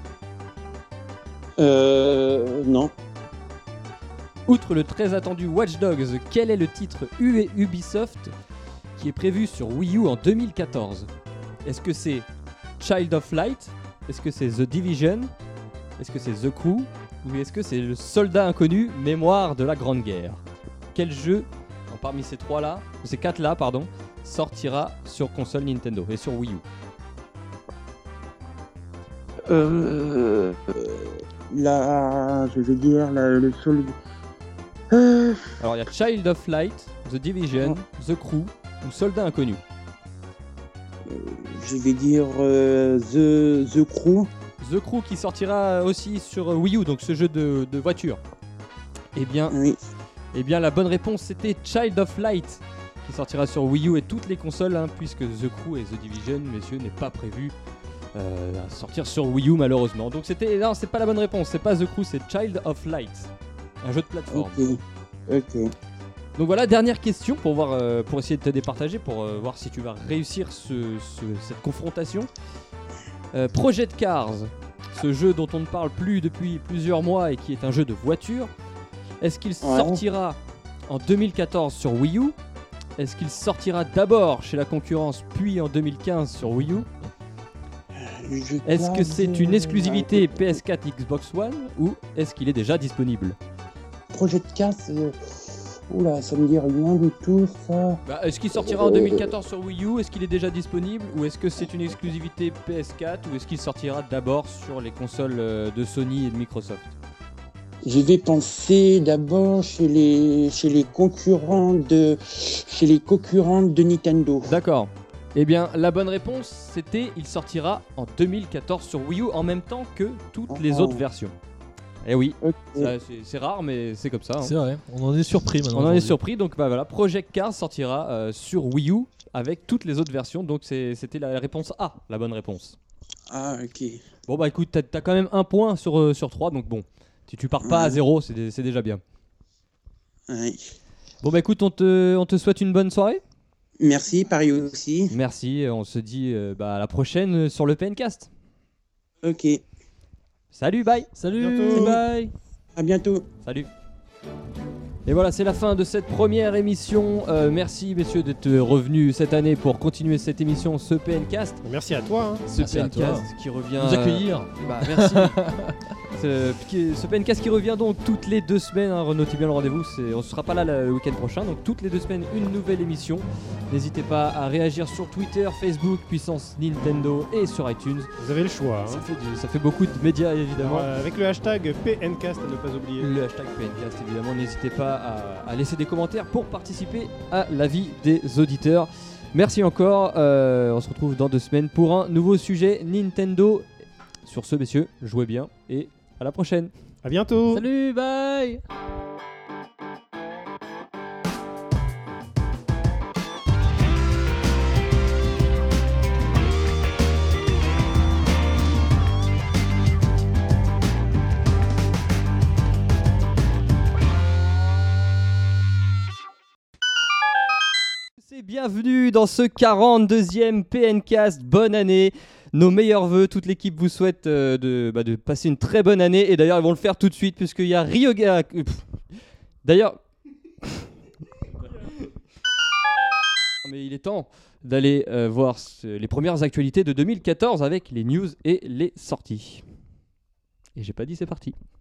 Euh, non. Outre le très attendu Watch Dogs, quel est le titre U et Ubisoft qui est prévu sur Wii U en deux mille quatorze? Est-ce que c'est Child of Light? Est-ce que c'est The Division? Est-ce que c'est The Crew? Ou est-ce que c'est le Soldat Inconnu, Mémoire de la Grande Guerre? Quel jeu, donc parmi ces trois-là, ces quatre-là, pardon, sortira sur console Nintendo et sur Wii U? Euh, euh, la, je veux dire, la, le sol. Euh, Alors il y a Child of Light, The Division, The Crew ou Soldat Inconnu. je vais dire euh, The, The Crew. The Crew qui sortira aussi sur Wii U, donc ce jeu de, de voiture. Eh bien, Oui. eh bien, la bonne réponse c'était Child of Light qui sortira sur Wii U et toutes les consoles, hein, puisque The Crew et The Division, messieurs, n'est pas prévu euh, à sortir sur Wii U malheureusement. Donc c'était, non, c'est pas la bonne réponse, c'est pas The Crew, c'est Child of Light, un jeu de plateforme. Ok. Ok. Donc voilà, dernière question pour voir, euh, pour essayer de te départager, pour euh, voir si tu vas réussir ce- ce- cette confrontation. Euh, Project Cars, ce jeu dont on ne parle plus depuis plusieurs mois et qui est un jeu de voiture, est-ce qu'il Ouais. sortira en deux mille quatorze sur Wii U? Est-ce qu'il sortira d'abord chez la concurrence puis en deux mille quinze sur Wii U? Je Est-ce que garde, c'est une euh, exclusivité P S quatre Xbox One ou est-ce qu'il est déjà disponible? Project Cars, euh, oula, ça me dit rien du tout, ça. Bah, est-ce qu'il sortira en deux mille quatorze sur Wii U? Est-ce qu'il est déjà disponible? Ou est-ce que c'est une exclusivité P S quatre? Ou est-ce qu'il sortira d'abord sur les consoles euh, de Sony et de Microsoft? Je vais penser d'abord chez les, chez les concurrents de, chez les concurrents de Nintendo. D'accord. Eh bien, la bonne réponse, c'était il sortira en deux mille quatorze sur Wii U en même temps que toutes les Oh. autres versions. Eh oui, Ok. ça, c'est, c'est rare, mais c'est comme ça. hein. C'est vrai, on en est surpris maintenant. On en est aujourd'hui. surpris, donc bah voilà, Project Cars sortira euh, sur Wii U avec toutes les autres versions, donc c'est- c'était la réponse A, la bonne réponse. Ah, ok. Bon bah écoute, t'as, t'as quand même un point sur, euh, sur trois, donc bon, si tu pars pas à Ouais. zéro, c'est, dé- c'est déjà bien. Ouais. Bon bah écoute, on te, on te souhaite une bonne soirée. Merci, Paris aussi. Merci, et on se dit euh, bah, à la prochaine euh, sur le P N Cast. Ok. Salut, bye. Salut, Bientôt. bye. À bientôt. Salut. Et voilà, c'est la fin de cette première émission. Euh, merci messieurs d'être revenus cette année pour continuer cette émission, ce P N Cast. Merci à toi. Hein. Ce Merci à P N Cast toi. qui revient. Nous accueillir. Euh, bah, merci. ce, ce P N Cast qui revient donc toutes les deux semaines. Hein, notez bien le rendez-vous. C'est, on ne sera pas là le week-end prochain. Donc toutes les deux semaines, une nouvelle émission. N'hésitez pas à réagir sur Twitter, Facebook, Puissance Nintendo et sur iTunes. Vous avez le choix. Ça Hein. fait, du- ça fait beaucoup de médias évidemment. Alors, euh, avec le hashtag P N Cast à ne pas oublier. Le hashtag P N Cast évidemment, n'hésitez pas à, à laisser des commentaires pour participer à l'avis des auditeurs. Merci encore, euh, on se retrouve dans deux semaines pour un nouveau sujet Nintendo. Sur ce messieurs, jouez bien et à la prochaine. À bientôt. Salut, bye. Bienvenue dans ce quarante-deuxième P N Cast, bonne année, nos meilleurs vœux, toute l'équipe vous souhaite euh, de, bah, de passer une très bonne année et d'ailleurs ils vont le faire tout de suite puisqu'il y a Ryoga... euh, pff. D'ailleurs... Mais il est temps d'aller euh, voir ce- les premières actualités de deux mille quatorze avec les news et les sorties. Et j'ai pas dit c'est parti.